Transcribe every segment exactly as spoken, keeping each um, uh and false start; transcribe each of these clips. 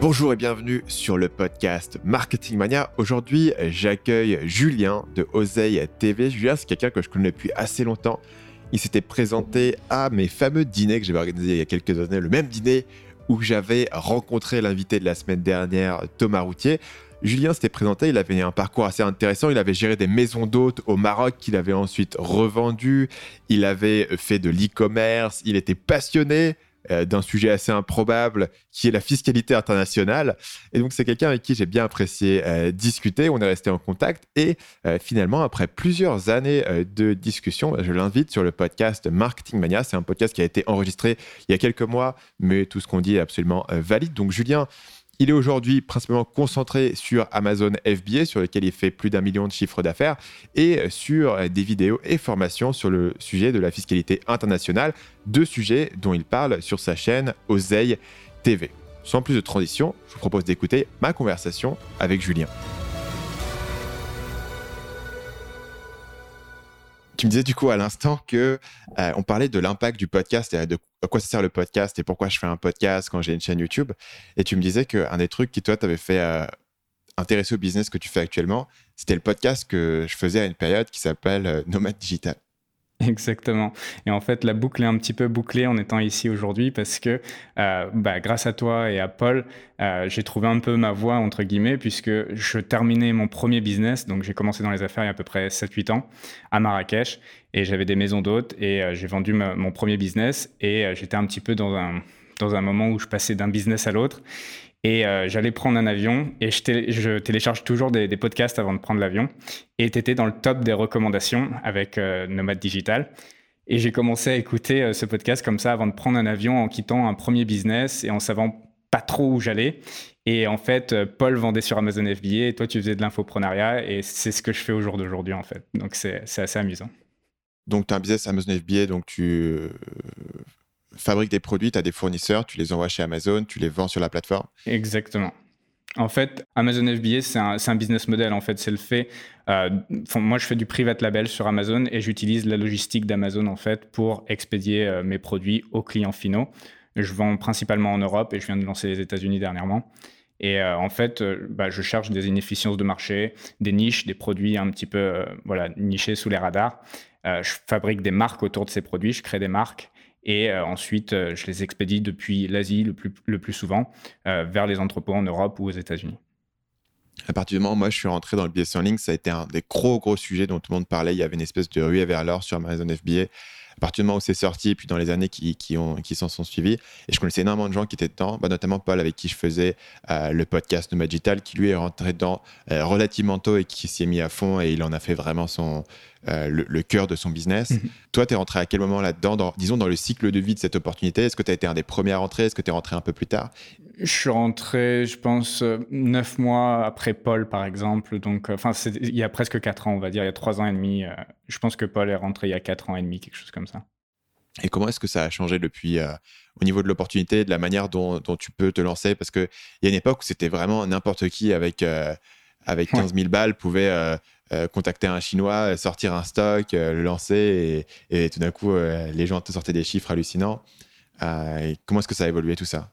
Bonjour et bienvenue sur le podcast Marketing Mania. Aujourd'hui, j'accueille Julien de Oseille T V. Julien, c'est quelqu'un que je connais depuis assez longtemps. Il s'était présenté à mes fameux dîners que j'avais organisés il y a quelques années, le même dîner où j'avais rencontré l'invité de la semaine dernière, Thomas Routier. Julien s'était présenté, il avait un parcours assez intéressant, il avait géré des maisons d'hôtes au Maroc qu'il avait ensuite revendues, il avait fait de l'e-commerce, il était passionné euh, d'un sujet assez improbable qui est la fiscalité internationale. Et donc c'est quelqu'un avec qui j'ai bien apprécié euh, discuter, on est resté en contact et euh, finalement après plusieurs années euh, de discussion, je l'invite sur le podcast Marketing Mania. C'est un podcast qui a été enregistré il y a quelques mois, mais tout ce qu'on dit est absolument euh, valide. Donc Julien, il est aujourd'hui principalement concentré sur Amazon F B A, sur lequel il fait plus d'un million de chiffres d'affaires, et sur des vidéos et formations sur le sujet de la fiscalité internationale, deux sujets dont il parle sur sa chaîne Oseille T V. Sans plus de transition, je vous propose d'écouter ma conversation avec Julien. Tu me disais du coup à l'instant que euh, on parlait de l'impact du podcast et de à quoi ça sert le podcast et pourquoi je fais un podcast quand j'ai une chaîne YouTube. Et tu me disais qu'un des trucs qui toi t'avait fait euh, intéresser au business que tu fais actuellement, c'était le podcast que je faisais à une période qui s'appelle euh, Nomade Digital. Exactement. Et en fait, la boucle est un petit peu bouclée en étant ici aujourd'hui parce que euh, bah, grâce à toi et à Paul, euh, j'ai trouvé un peu ma voie, entre guillemets, puisque je terminais mon premier business. Donc, j'ai commencé dans les affaires il y a à peu près sept huit ans à Marrakech et j'avais des maisons d'hôtes et euh, j'ai vendu ma, mon premier business et euh, j'étais un petit peu dans un, dans un moment où je passais d'un business à l'autre. Et euh, j'allais prendre un avion et je, télé- je télécharge toujours des, des podcasts avant de prendre l'avion. Et tu étais dans le top des recommandations avec euh, Nomade Digital. Et j'ai commencé à écouter euh, ce podcast comme ça avant de prendre un avion en quittant un premier business et en savant pas trop où j'allais. Et en fait, euh, Paul vendait sur Amazon F B A et toi, tu faisais de l'infoprenariat. Et c'est ce que je fais au jour d'aujourd'hui, en fait. Donc, c'est, c'est assez amusant. Donc, tu as un business Amazon F B A, donc tu euh, fabriques des produits, tu as des fournisseurs, tu les envoies chez Amazon, tu les vends sur la plateforme. Exactement. En fait, Amazon F B A, c'est un, c'est un business model. En fait, c'est le fait. Euh, moi, je fais du private label sur Amazon et j'utilise la logistique d'Amazon en fait pour expédier euh, mes produits aux clients finaux. Je vends principalement en Europe et je viens de lancer les États-Unis dernièrement. Et euh, en fait, euh, bah, je cherche des inefficiences de marché, des niches, des produits un petit peu euh, voilà, nichés sous les radars. Euh, je fabrique des marques autour de ces produits, je crée des marques. Et euh, ensuite, euh, je les expédie depuis l'Asie le plus, le plus souvent euh, vers les entrepôts en Europe ou aux États-Unis. À partir du moment où moi je suis rentré dans le business en ligne, ça a été un des gros gros sujets dont tout le monde parlait. Il y avait une espèce de ruée vers l'or sur Amazon F B A. À partir du moment où c'est sorti, puis dans les années qui, qui, ont, qui s'en sont suivies, et je connaissais énormément de gens qui étaient dedans, bah notamment Paul avec qui je faisais euh, le podcast Nomade Digital, qui lui est rentré dedans euh, relativement tôt et qui s'y est mis à fond et il en a fait vraiment son, euh, le, le cœur de son business. Mm-hmm. Toi, tu es rentré à quel moment là-dedans, dans, disons dans le cycle de vie de cette opportunité? Est-ce que tu as été un des premiers à rentrer? Est-ce que tu es rentré un peu plus tard? Je suis rentré, je pense, neuf mois après Paul, par exemple. Donc, enfin, c'est, il y a presque quatre ans, on va dire, il y a trois ans et demi. Euh, je pense que Paul est rentré il y a quatre ans et demi, quelque chose comme ça. Et comment est-ce que ça a changé depuis, euh, au niveau de l'opportunité, de la manière dont, dont tu peux te lancer? Parce qu'il y a une époque où c'était vraiment n'importe qui avec, euh, avec quinze mille ouais. balles pouvait euh, euh, contacter un Chinois, sortir un stock, euh, le lancer et, et tout d'un coup, euh, les gens te sortaient des chiffres hallucinants. Euh, et comment est-ce que ça a évolué tout ça?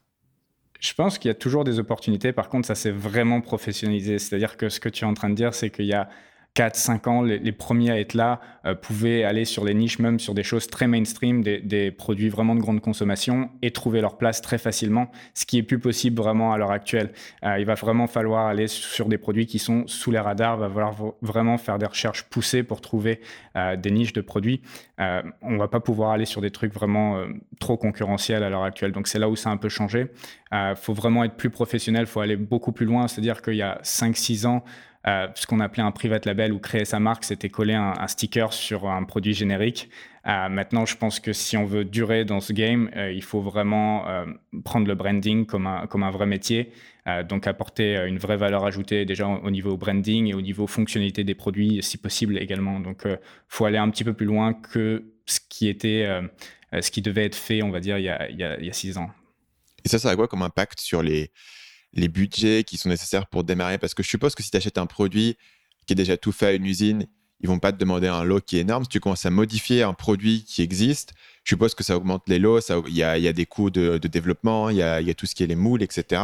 Je pense qu'il y a toujours des opportunités. Par contre, ça s'est vraiment professionnalisé. C'est-à-dire que ce que tu es en train de dire, c'est qu'il y a quatre cinq ans, les, les premiers à être là euh, pouvaient aller sur les niches, même sur des choses très mainstream, des, des produits vraiment de grande consommation et trouver leur place très facilement, ce qui est plus possible vraiment à l'heure actuelle. Euh, il va vraiment falloir aller sur des produits qui sont sous les radars, il va falloir vraiment faire des recherches poussées pour trouver euh, des niches de produits. Euh, on ne va pas pouvoir aller sur des trucs vraiment euh, trop concurrentiels à l'heure actuelle. Donc c'est là où ça a un peu changé. Il euh, faut vraiment être plus professionnel, il faut aller beaucoup plus loin. C'est-à-dire qu'il y a cinq six ans, Euh, ce qu'on appelait un private label ou créer sa marque, c'était coller un, un sticker sur un produit générique. Euh, maintenant, je pense que si on veut durer dans ce game, euh, il faut vraiment euh, prendre le branding comme un, comme un vrai métier, euh, donc apporter une vraie valeur ajoutée déjà au niveau branding et au niveau fonctionnalité des produits, si possible également. Donc, il euh, faut aller un petit peu plus loin que ce qui était, euh, ce qui devait être fait, on va dire, il y a, il y a, il y a six ans. Et ça, ça a quoi comme impact sur les... les budgets qui sont nécessaires pour démarrer? Parce que je suppose que si tu achètes un produit qui est déjà tout fait à une usine, ils vont pas te demander un lot qui est énorme. Si tu commences à modifier un produit qui existe, je suppose que ça augmente les lots, il y a, y a des coûts de, de développement, il y a, y a tout ce qui est les moules, et cetera.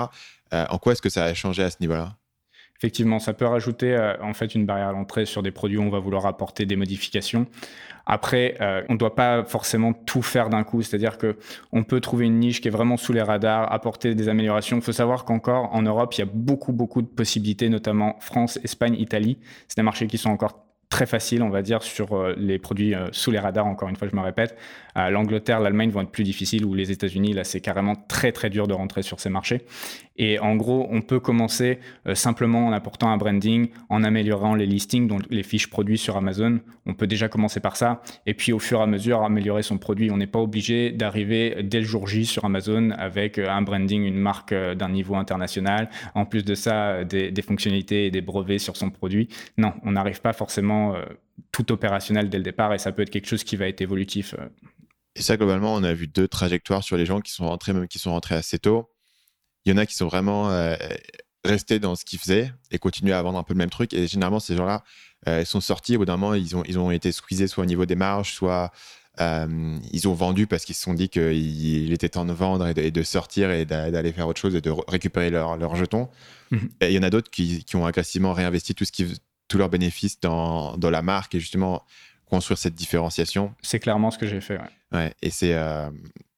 Euh, en quoi est-ce que ça a changé à ce niveau-là? Effectivement, ça peut rajouter euh, en fait une barrière à l'entrée sur des produits où on va vouloir apporter des modifications. Après, euh, on ne doit pas forcément tout faire d'un coup, c'est-à-dire qu'on peut trouver une niche qui est vraiment sous les radars, apporter des améliorations. Il faut savoir qu'encore en Europe, il y a beaucoup, beaucoup de possibilités, notamment France, Espagne, Italie. C'est des marchés qui sont encore très faciles, on va dire, sur euh, les produits euh, sous les radars, encore une fois, je me répète. Euh, L'Angleterre, l'Allemagne vont être plus difficiles, ou les États-Unis, là, c'est carrément très, très dur de rentrer sur ces marchés. Et en gros, on peut commencer euh, simplement en apportant un branding, en améliorant les listings, donc les fiches produits sur Amazon. On peut déjà commencer par ça. Et puis, au fur et à mesure, améliorer son produit. On n'est pas obligé d'arriver dès le jour J sur Amazon avec un branding, une marque euh, d'un niveau international. En plus de ça, des, des fonctionnalités et des brevets sur son produit. Non, on n'arrive pas forcément euh, tout opérationnel dès le départ, et ça peut être quelque chose qui va être évolutif. Euh. Et ça, globalement, on a vu deux trajectoires sur les gens qui sont rentrés, même qui sont rentrés assez tôt. Il y en a qui sont vraiment euh, restés dans ce qu'ils faisaient et continuaient à vendre un peu le même truc. Et généralement, ces gens-là, euh, ils sont sortis. Au bout d'un moment, ils ont, ils ont été squeezés soit au niveau des marges, soit euh, ils ont vendu parce qu'ils se sont dit qu'il était temps de vendre et de, et de sortir et d'aller faire autre chose et de récupérer leurs leur jetons. Mm-hmm. Et il y en a d'autres qui, qui ont agressivement réinvesti tout ce qui, tous leurs bénéfices dans, dans la marque et justement construire cette différenciation. C'est clairement ce que j'ai fait, ouais. Ouais, et c'est... Euh,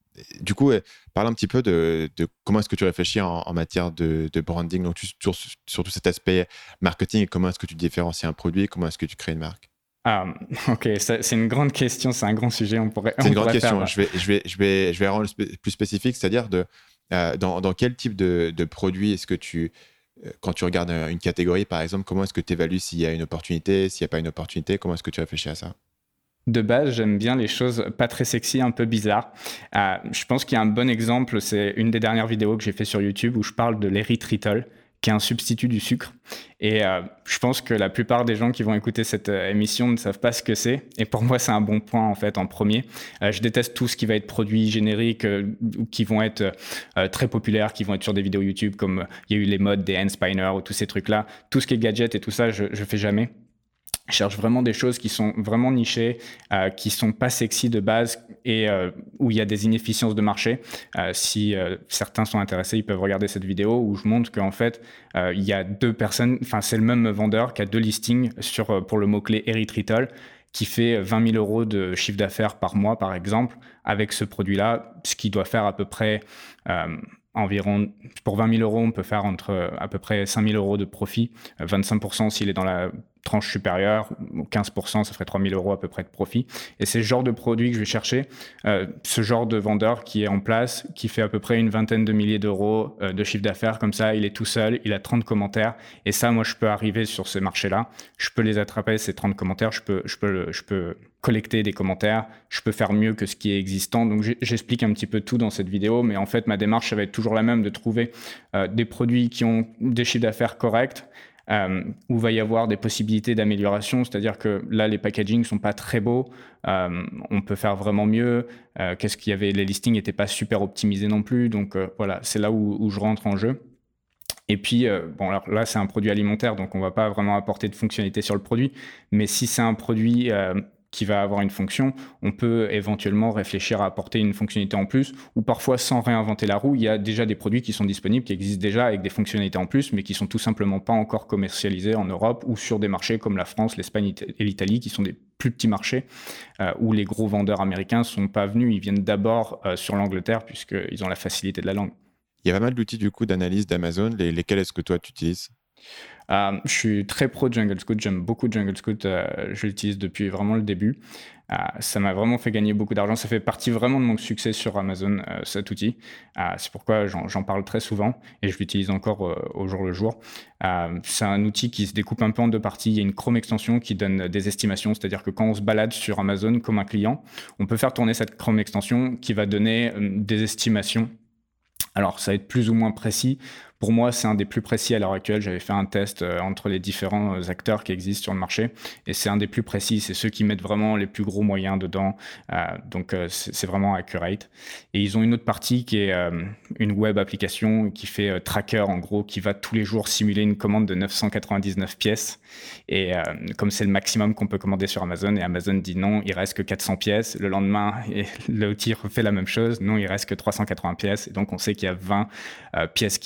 du coup, parle un petit peu de, de comment est-ce que tu réfléchis en, en matière de, de branding, donc tu, sur, sur tout cet aspect marketing, et comment est-ce que tu différencies un produit, comment est-ce que tu crées une marque? Ah, ok, ça, c'est une grande question, c'est un grand sujet. On pourrait. C'est on une grande question. Faire... Je vais, je vais, je vais, je vais rendre plus spécifique, c'est-à-dire de euh, dans, dans quel type de, de produit est-ce que tu, quand tu regardes une catégorie, par exemple, comment est-ce que tu évalues s'il y a une opportunité, s'il n'y a pas une opportunité, comment est-ce que tu réfléchis à ça? De base, j'aime bien les choses pas très sexy, un peu bizarres. Euh, je pense qu'il y a un bon exemple, c'est une des dernières vidéos que j'ai fait sur YouTube où je parle de l'érythritol, qui est un substitut du sucre. Et euh, je pense que la plupart des gens qui vont écouter cette euh, émission ne savent pas ce que c'est. Et pour moi, c'est un bon point, en fait, en premier. Euh, je déteste tout ce qui va être produits génériques, euh, qui vont être euh, très populaires, qui vont être sur des vidéos YouTube, comme il y a eu les modes des hand spinners ou tous ces trucs-là. Tout ce qui est gadget et tout ça, je ne fais jamais. Je cherche vraiment des choses qui sont vraiment nichées, euh, qui sont pas sexy de base et euh, où il y a des inefficiences de marché. Euh, si euh, certains sont intéressés, ils peuvent regarder cette vidéo où je montre qu'en fait, euh, il y a deux personnes, enfin c'est le même vendeur qui a deux listings sur, pour le mot-clé érythritol, qui fait vingt mille euros de chiffre d'affaires par mois, par exemple, avec ce produit-là, ce qui doit faire à peu près... Euh, environ, pour vingt mille euros, on peut faire entre à peu près cinq mille euros de profit, vingt-cinq pour cent s'il est dans la tranche supérieure, quinze pour cent, ça ferait trois mille euros à peu près de profit. Et c'est ce genre de produit que je vais chercher, euh, ce genre de vendeur qui est en place, qui fait à peu près une vingtaine de milliers d'euros euh, de chiffre d'affaires, comme ça, il est tout seul, il a trente commentaires, et ça, moi, je peux arriver sur ce marché-là, je peux les attraper, ces trente commentaires, je peux, je peux, je peux collecter des commentaires, je peux faire mieux que ce qui est existant. Donc j'explique un petit peu tout dans cette vidéo, mais en fait ma démarche ça va être toujours la même, de trouver euh, des produits qui ont des chiffres d'affaires corrects, euh, où il va y avoir des possibilités d'amélioration, c'est-à-dire que là les packagings sont pas très beaux, euh, on peut faire vraiment mieux, euh, qu'est-ce qu'il y avait, les listings n'étaient pas super optimisés non plus, donc euh, voilà, c'est là où, où je rentre en jeu. Et puis, euh, bon, alors là, c'est un produit alimentaire, donc on ne va pas vraiment apporter de fonctionnalité sur le produit, mais si c'est un produit euh, qui va avoir une fonction, on peut éventuellement réfléchir à apporter une fonctionnalité en plus, ou parfois sans réinventer la roue, il y a déjà des produits qui sont disponibles, qui existent déjà avec des fonctionnalités en plus, mais qui sont tout simplement pas encore commercialisés en Europe ou sur des marchés comme la France, l'Espagne et l'Italie, qui sont des plus petits marchés, euh, où les gros vendeurs américains ne sont pas venus, ils viennent d'abord euh, sur l'Angleterre, puisqu'ils ont la facilité de la langue. Il y a pas mal d'outils du coup d'analyse d'Amazon, les, lesquels est-ce que toi tu utilises? Euh, je suis très pro Jungle Scout, j'aime beaucoup Jungle Scout, euh, je l'utilise depuis vraiment le début. Euh, ça m'a vraiment fait gagner beaucoup d'argent, ça fait partie vraiment de mon succès sur Amazon, euh, cet outil. Euh, c'est pourquoi j'en, j'en parle très souvent et je l'utilise encore euh, au jour le jour. Euh, c'est un outil qui se découpe un peu en deux parties. Il y a une Chrome extension qui donne des estimations, c'est-à-dire que quand on se balade sur Amazon comme un client, on peut faire tourner cette Chrome extension qui va donner euh, des estimations. Alors, ça va être plus ou moins précis. Pour moi, c'est un des plus précis à l'heure actuelle. J'avais fait un test euh, entre les différents euh, acteurs qui existent sur le marché et c'est un des plus précis. C'est ceux qui mettent vraiment les plus gros moyens dedans. Euh, donc, euh, c'est, c'est vraiment accurate. Et ils ont une autre partie qui est euh, une web application qui fait euh, tracker, en gros, qui va tous les jours simuler une commande de neuf cent quatre-vingt-dix-neuf pièces. Et euh, comme c'est le maximum qu'on peut commander sur Amazon, et Amazon dit non, il reste que quatre cents pièces. Le lendemain, et l'outil refait la même chose. Non, il reste que trois cent quatre-vingts pièces. Et donc, on sait qu'il y a vingt euh, pièces qui ont été vendues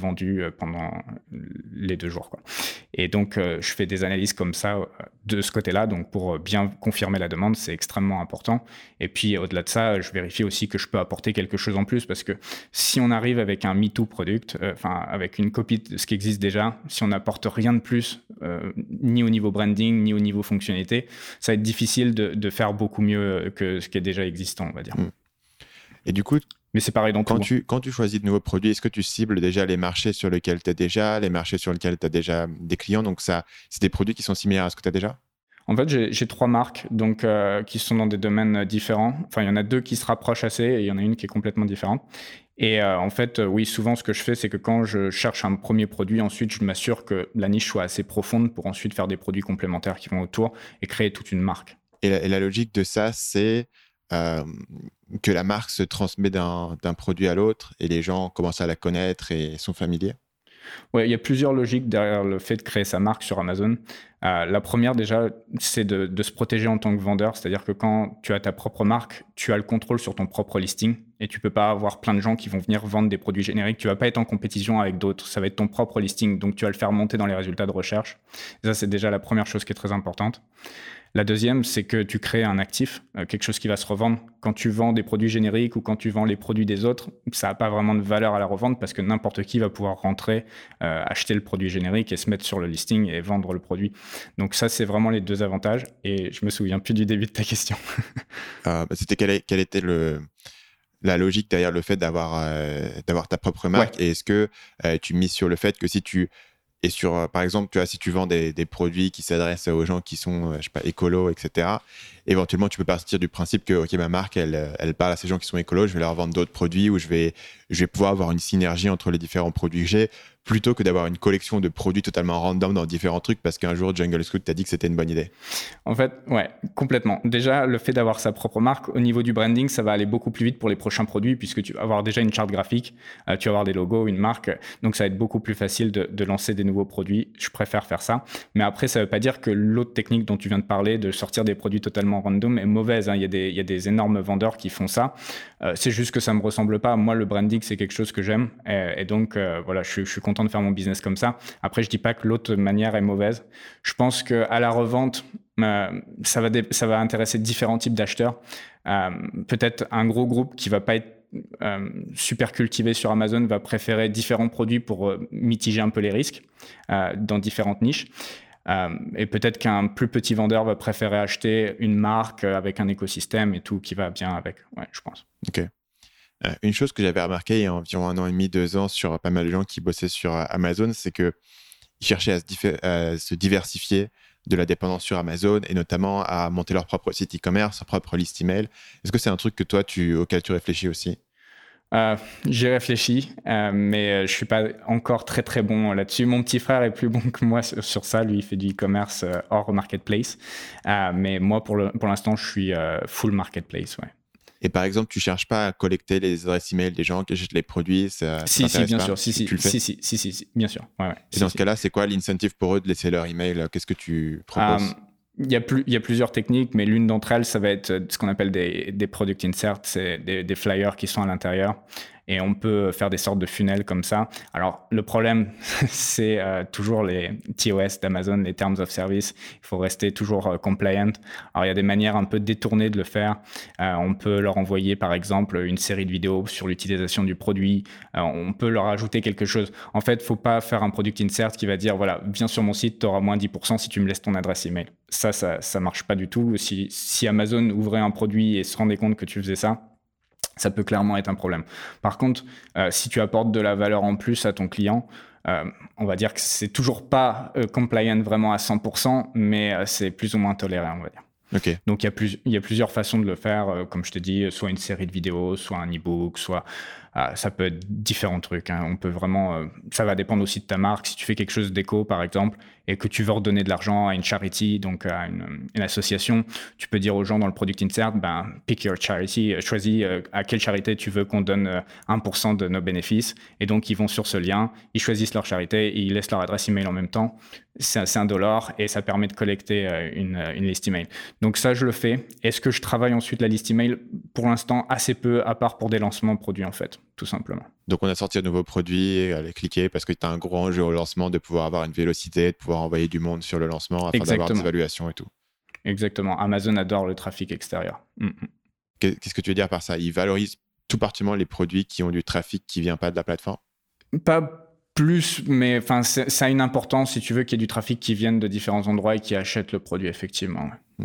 vendu pendant les deux jours, quoi. Et donc, euh, je fais des analyses comme ça de ce côté-là. Donc, pour bien confirmer la demande, c'est extrêmement important. Et puis, au-delà de ça, je vérifie aussi que je peux apporter quelque chose en plus parce que si on arrive avec un MeToo product, enfin, euh, avec une copie de ce qui existe déjà, si on n'apporte rien de plus, euh, ni au niveau branding, ni au niveau fonctionnalité, ça va être difficile de, de faire beaucoup mieux que ce qui est déjà existant, on va dire. Mmh. Et du coup, mais c'est pareil dans quand tout. Tu, quand tu choisis de nouveaux produits, est-ce que tu cibles déjà les marchés sur lesquels tu as déjà, les marchés sur lesquels tu as déjà des clients? Donc, ça, c'est des produits qui sont similaires à ce que tu as déjà? En fait, j'ai, j'ai trois marques donc, euh, qui sont dans des domaines différents. Enfin, il y en a deux qui se rapprochent assez et il y en a une qui est complètement différente. Et euh, en fait, euh, oui, souvent, ce que je fais, c'est que quand je cherche un premier produit, ensuite, je m'assure que la niche soit assez profonde pour ensuite faire des produits complémentaires qui vont autour et créer toute une marque. Et la, et la logique de ça, c'est euh, que la marque se transmet d'un, d'un produit à l'autre et les gens commencent à la connaître et sont familiers? Ouais, il y a plusieurs logiques derrière le fait de créer sa marque sur Amazon. Euh, la première, déjà, c'est de, de se protéger en tant que vendeur. C'est-à-dire que quand tu as ta propre marque, tu as le contrôle sur ton propre listing et tu peux pas avoir plein de gens qui vont venir vendre des produits génériques. Tu vas pas être en compétition avec d'autres. Ça va être ton propre listing. Donc, tu vas le faire monter dans les résultats de recherche. Et ça, c'est déjà la première chose qui est très importante. La deuxième, c'est que tu crées un actif, euh, quelque chose qui va se revendre. Quand tu vends des produits génériques ou quand tu vends les produits des autres, ça n'a pas vraiment de valeur à la revente parce que n'importe qui va pouvoir rentrer, euh, acheter le produit générique et se mettre sur le listing et vendre le produit. Donc ça, c'est vraiment les deux avantages. Et je me souviens plus du début de ta question. euh, bah, C'était quel, quel était le... la logique derrière le fait d'avoir, euh, d'avoir ta propre marque? Ouais. Et est-ce que euh, tu mises sur le fait que si tu... Et sur, euh, par exemple, tu vois, si tu vends des, des produits qui s'adressent aux gens qui sont, euh, je sais pas, écolos, et cetera, éventuellement, tu peux partir du principe que, OK, ma marque, elle, elle parle à ces gens qui sont écolos, je vais leur vendre d'autres produits ou je vais, je vais pouvoir avoir une synergie entre les différents produits que j'ai, plutôt que d'avoir une collection de produits totalement random dans différents trucs parce qu'un jour, Jungle Scout t'a dit que c'était une bonne idée. En fait, ouais, complètement. Déjà, le fait d'avoir sa propre marque, au niveau du branding, ça va aller beaucoup plus vite pour les prochains produits puisque tu vas avoir déjà une charte graphique, euh, tu vas avoir des logos, une marque, donc ça va être beaucoup plus facile de, de lancer des nouveaux produits. Je préfère faire ça. Mais après, ça ne veut pas dire que l'autre technique dont tu viens de parler, de sortir des produits totalement random, est mauvaise, hein. Il y a des, il y a des énormes vendeurs qui font ça. Euh, c'est juste que ça ne me ressemble pas. Moi, le branding, c'est quelque chose que j'aime. Et, et donc, euh, voilà, je, je suis content de faire mon business comme ça. Après, je dis pas que l'autre manière est mauvaise. Je pense qu'à la revente, euh, ça, va dé- ça va intéresser différents types d'acheteurs. Euh, peut-être un gros groupe qui va pas être Euh, super cultivé sur Amazon va préférer différents produits pour euh, mitiger un peu les risques euh, dans différentes niches. Euh, et peut-être qu'un plus petit vendeur va préférer acheter une marque avec un écosystème et tout qui va bien avec. Ouais, je pense. Ok. Euh, une chose que j'avais remarqué il y a environ un an et demi, deux ans sur pas mal de gens qui bossaient sur Amazon, c'est qu'ils cherchaient à se, diffé- à se diversifier de la dépendance sur Amazon et notamment à monter leur propre site e-commerce, leur propre liste email. Est-ce que c'est un truc que toi, tu, auquel tu réfléchis aussi? Euh, J'y réfléchis, euh, mais je suis pas encore très très bon là-dessus. Mon petit frère est plus bon que moi sur, sur ça. Lui, il fait du e-commerce euh, hors marketplace. Euh, mais moi, pour, le, pour l'instant, je suis euh, full marketplace, ouais. Et par exemple, tu cherches pas à collecter les adresses email des gens qui achètent les produits, ça, ça si, si, bien pas sûr. Si, tu, si, tu le fais? si, si, si, si, si, bien sûr. Ouais, ouais. Et si, dans si. ce cas-là, c'est quoi l'incentive pour eux de laisser leur email? Qu'est-ce que tu proposes? Um, Il y, a plus, il y a plusieurs techniques, mais l'une d'entre elles, ça va être ce qu'on appelle des, des product inserts, c'est des, des flyers qui sont à l'intérieur. Et on peut faire des sortes de funnels comme ça. Alors, le problème, c'est euh, toujours les T O S d'Amazon, les Terms of Service. Il faut rester toujours euh, compliant. Alors, il y a des manières un peu détournées de le faire. Euh, on peut leur envoyer, par exemple, une série de vidéos sur l'utilisation du produit. Euh, on peut leur ajouter quelque chose. En fait, il ne faut pas faire un product insert qui va dire, voilà, viens sur mon site, tu auras moins dix pour cent si tu me laisses ton adresse email. Ça, ça ne marche pas du tout. Si, si Amazon ouvrait un produit et se rendait compte que tu faisais ça, ça peut clairement être un problème. Par contre, euh, si tu apportes de la valeur en plus à ton client, euh, on va dire que c'est toujours pas euh, compliant vraiment à cent pour cent, mais euh, c'est plus ou moins toléré, on va dire. Okay. Donc, il y a plus, il y a plusieurs façons de le faire. Euh, comme je te dis, soit une série de vidéos, soit un e-book, soit... Euh, ça peut être différents trucs. Hein. On peut vraiment... Euh, ça va dépendre aussi de ta marque. Si tu fais quelque chose d'éco, par exemple, et que tu veux redonner de l'argent à une charity, donc à une, une association, tu peux dire aux gens dans le product insert, ben, pick your charity, choisis euh, à quelle charité tu veux qu'on donne euh, un pour cent de nos bénéfices. Et donc, ils vont sur ce lien, ils choisissent leur charité, et ils laissent leur adresse email en même temps. C'est, c'est un dollar et ça permet de collecter euh, une, une liste email. Donc ça, je le fais. Est-ce que je travaille ensuite la liste email? Pour l'instant, assez peu, à part pour des lancements de produits, en fait. tout simplement. Donc, on a sorti un nouveau produit, aller cliquer parce que tu as un gros enjeu au lancement de pouvoir avoir une vélocité, de pouvoir envoyer du monde sur le lancement afin d'avoir des évaluations et tout. Exactement. Amazon adore le trafic extérieur. Mm-hmm. Qu'est-ce que tu veux dire par ça? Ils valorisent tout particulièrement les produits qui ont du trafic qui ne vient pas de la plateforme? Pas plus, mais enfin, ça a une importance, si tu veux, qu'il y ait du trafic qui vienne de différents endroits et qui achètent le produit, effectivement. Hmm.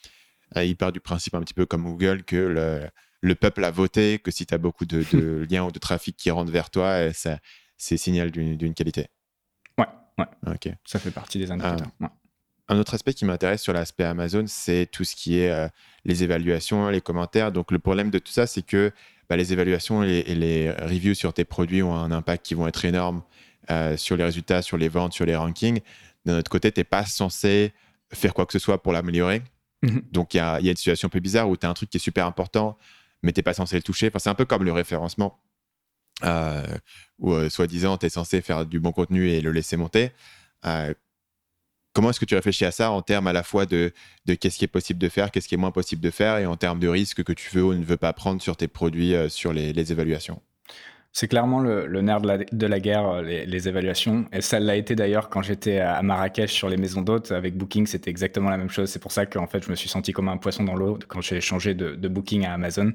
Il part du principe un petit peu comme Google que le, le peuple a voté, que si tu as beaucoup de, de liens ou de trafic qui rentrent vers toi, ça, c'est signal d'une, d'une qualité. Ouais, ouais. Okay. Ça fait partie des indicateurs. Euh, ouais. Un autre aspect qui m'intéresse sur l'aspect Amazon, c'est tout ce qui est euh, les évaluations, les commentaires. Donc, le problème de tout ça, c'est que bah, les évaluations et, et les reviews sur tes produits ont un impact qui vont être énormes euh, sur les résultats, sur les ventes, sur les rankings. D'un autre côté, tu n'es pas censé faire quoi que ce soit pour l'améliorer. Mm-hmm. Donc, il y a, y a une situation un peu bizarre où tu as un truc qui est super important, mais tu n'es pas censé le toucher. Enfin, c'est un peu comme le référencement, euh, où, euh, soi-disant, tu es censé faire du bon contenu et le laisser monter. Euh, Comment est-ce que tu réfléchis à ça en termes à la fois de, de qu'est-ce qui est possible de faire, qu'est-ce qui est moins possible de faire, et en termes de risques que tu veux ou ne veux pas prendre sur tes produits, euh, sur les, les évaluations? C'est clairement le, le nerf de la, de la guerre, les, les évaluations. Et ça l'a été d'ailleurs quand j'étais à Marrakech sur les maisons d'hôtes. Avec Booking, c'était exactement la même chose. C'est pour ça qu'en fait, je me suis senti comme un poisson dans l'eau quand j'ai changé de, de Booking à Amazon.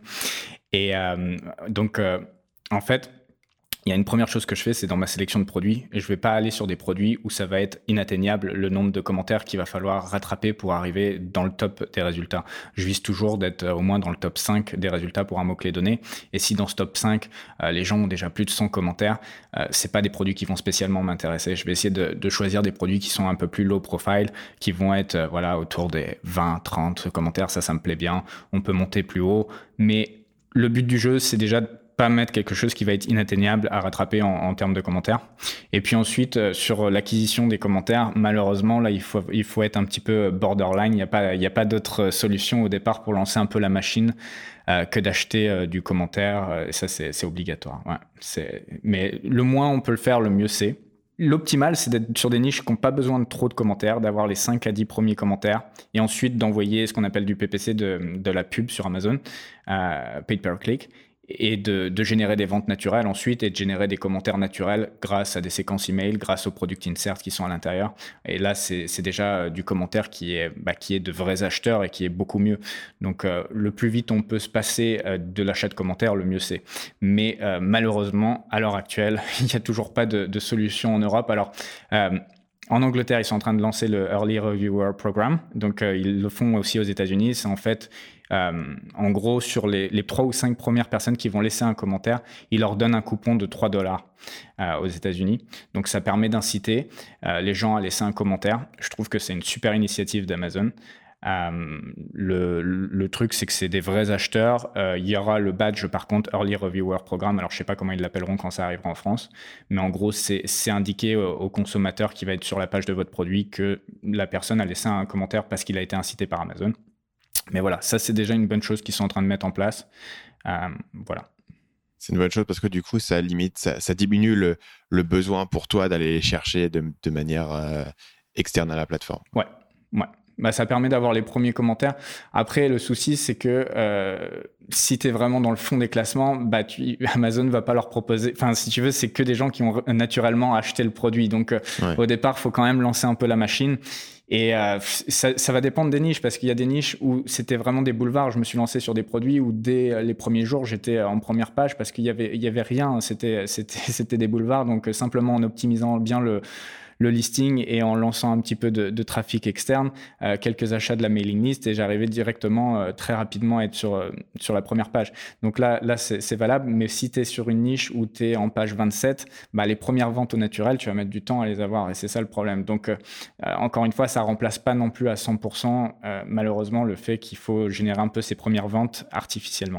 Et euh, donc, euh, en fait... Il y a une première chose que je fais, c'est dans ma sélection de produits. Et je ne vais pas aller sur des produits où ça va être inatteignable le nombre de commentaires qu'il va falloir rattraper pour arriver dans le top des résultats. Je vise toujours d'être au moins dans le top cinq des résultats pour un mot-clé donné. Et si dans ce top cinq, euh, les gens ont déjà plus de cent commentaires, euh, ce n'est pas des produits qui vont spécialement m'intéresser. Je vais essayer de, de choisir des produits qui sont un peu plus low profile, qui vont être euh, voilà, autour des vingt, trente commentaires. Ça, ça me plaît bien. On peut monter plus haut. Mais le but du jeu, c'est déjà de pas mettre quelque chose qui va être inatteignable à rattraper en, en termes de commentaires. Et puis ensuite, euh, sur l'acquisition des commentaires, malheureusement, là, il faut, il faut être un petit peu borderline. Il n'y a pas, il n'y a pas d'autre solution au départ pour lancer un peu la machine euh, que d'acheter euh, du commentaire. Et ça, c'est, c'est obligatoire. Ouais. C'est... Mais le moins on peut le faire, le mieux c'est. L'optimal, c'est d'être sur des niches qui n'ont pas besoin de trop de commentaires, d'avoir les cinq à dix premiers commentaires et ensuite d'envoyer ce qu'on appelle du P P C, de, de la pub sur Amazon, euh, paid per click, et de, de générer des ventes naturelles ensuite et de générer des commentaires naturels grâce à des séquences email, grâce aux product inserts qui sont à l'intérieur. Et là, c'est, c'est déjà du commentaire qui est, bah, qui est de vrais acheteurs et qui est beaucoup mieux. Donc, euh, le plus vite on peut se passer euh, de l'achat de commentaires, le mieux c'est. Mais euh, malheureusement, à l'heure actuelle, il n'y a toujours pas de, de solution en Europe. Alors, euh, en Angleterre, ils sont en train de lancer le Early Reviewer Program. Donc, euh, ils le font aussi aux États-Unis. C'est en fait... Euh, en gros, sur les, les trois ou cinq premières personnes qui vont laisser un commentaire, ils leur donnent un coupon de trois dollars euh, aux États-Unis. Donc, ça permet d'inciter euh, les gens à laisser un commentaire. Je trouve que c'est une super initiative d'Amazon. Euh, le, le truc, c'est que c'est des vrais acheteurs. Euh, il y aura le badge, par contre, Early Reviewer Program. Alors, je ne sais pas comment ils l'appelleront quand ça arrivera en France. Mais en gros, c'est, c'est indiqué au, au consommateur qui va être sur la page de votre produit que la personne a laissé un commentaire parce qu'il a été incité par Amazon. Mais voilà, ça, c'est déjà une bonne chose qu'ils sont en train de mettre en place. Euh, voilà. C'est une bonne chose parce que du coup, ça limite, ça, ça diminue le, le besoin pour toi d'aller les chercher de, de manière euh, externe à la plateforme. Ouais, ouais. Bah, ça permet d'avoir les premiers commentaires. Après, le souci, c'est que euh, si tu es vraiment dans le fond des classements, bah, tu, Amazon ne va pas leur proposer... Enfin, si tu veux, c'est que des gens qui ont naturellement acheté le produit. Donc, euh, ouais. Au départ, il faut quand même lancer un peu la machine. Et euh, ça, ça va dépendre des niches, parce qu'il y a des niches où c'était vraiment des boulevards. Je me suis lancé sur des produits où dès les premiers jours, j'étais en première page parce qu'il y avait, il y avait rien. C'était, c'était, c'était des boulevards. Donc, simplement en optimisant bien le... le listing et en lançant un petit peu de, de trafic externe, euh, quelques achats de la mailing list et j'arrivais directement euh, très rapidement à être sur, euh, sur la première page. Donc là, là c'est, c'est valable, mais si tu es sur une niche où tu es en page vingt-sept, bah, les premières ventes au naturel, tu vas mettre du temps à les avoir et c'est ça le problème. Donc euh, encore une fois, ça ne remplace pas non plus à cent pour cent euh, malheureusement le fait qu'il faut générer un peu ses premières ventes artificiellement.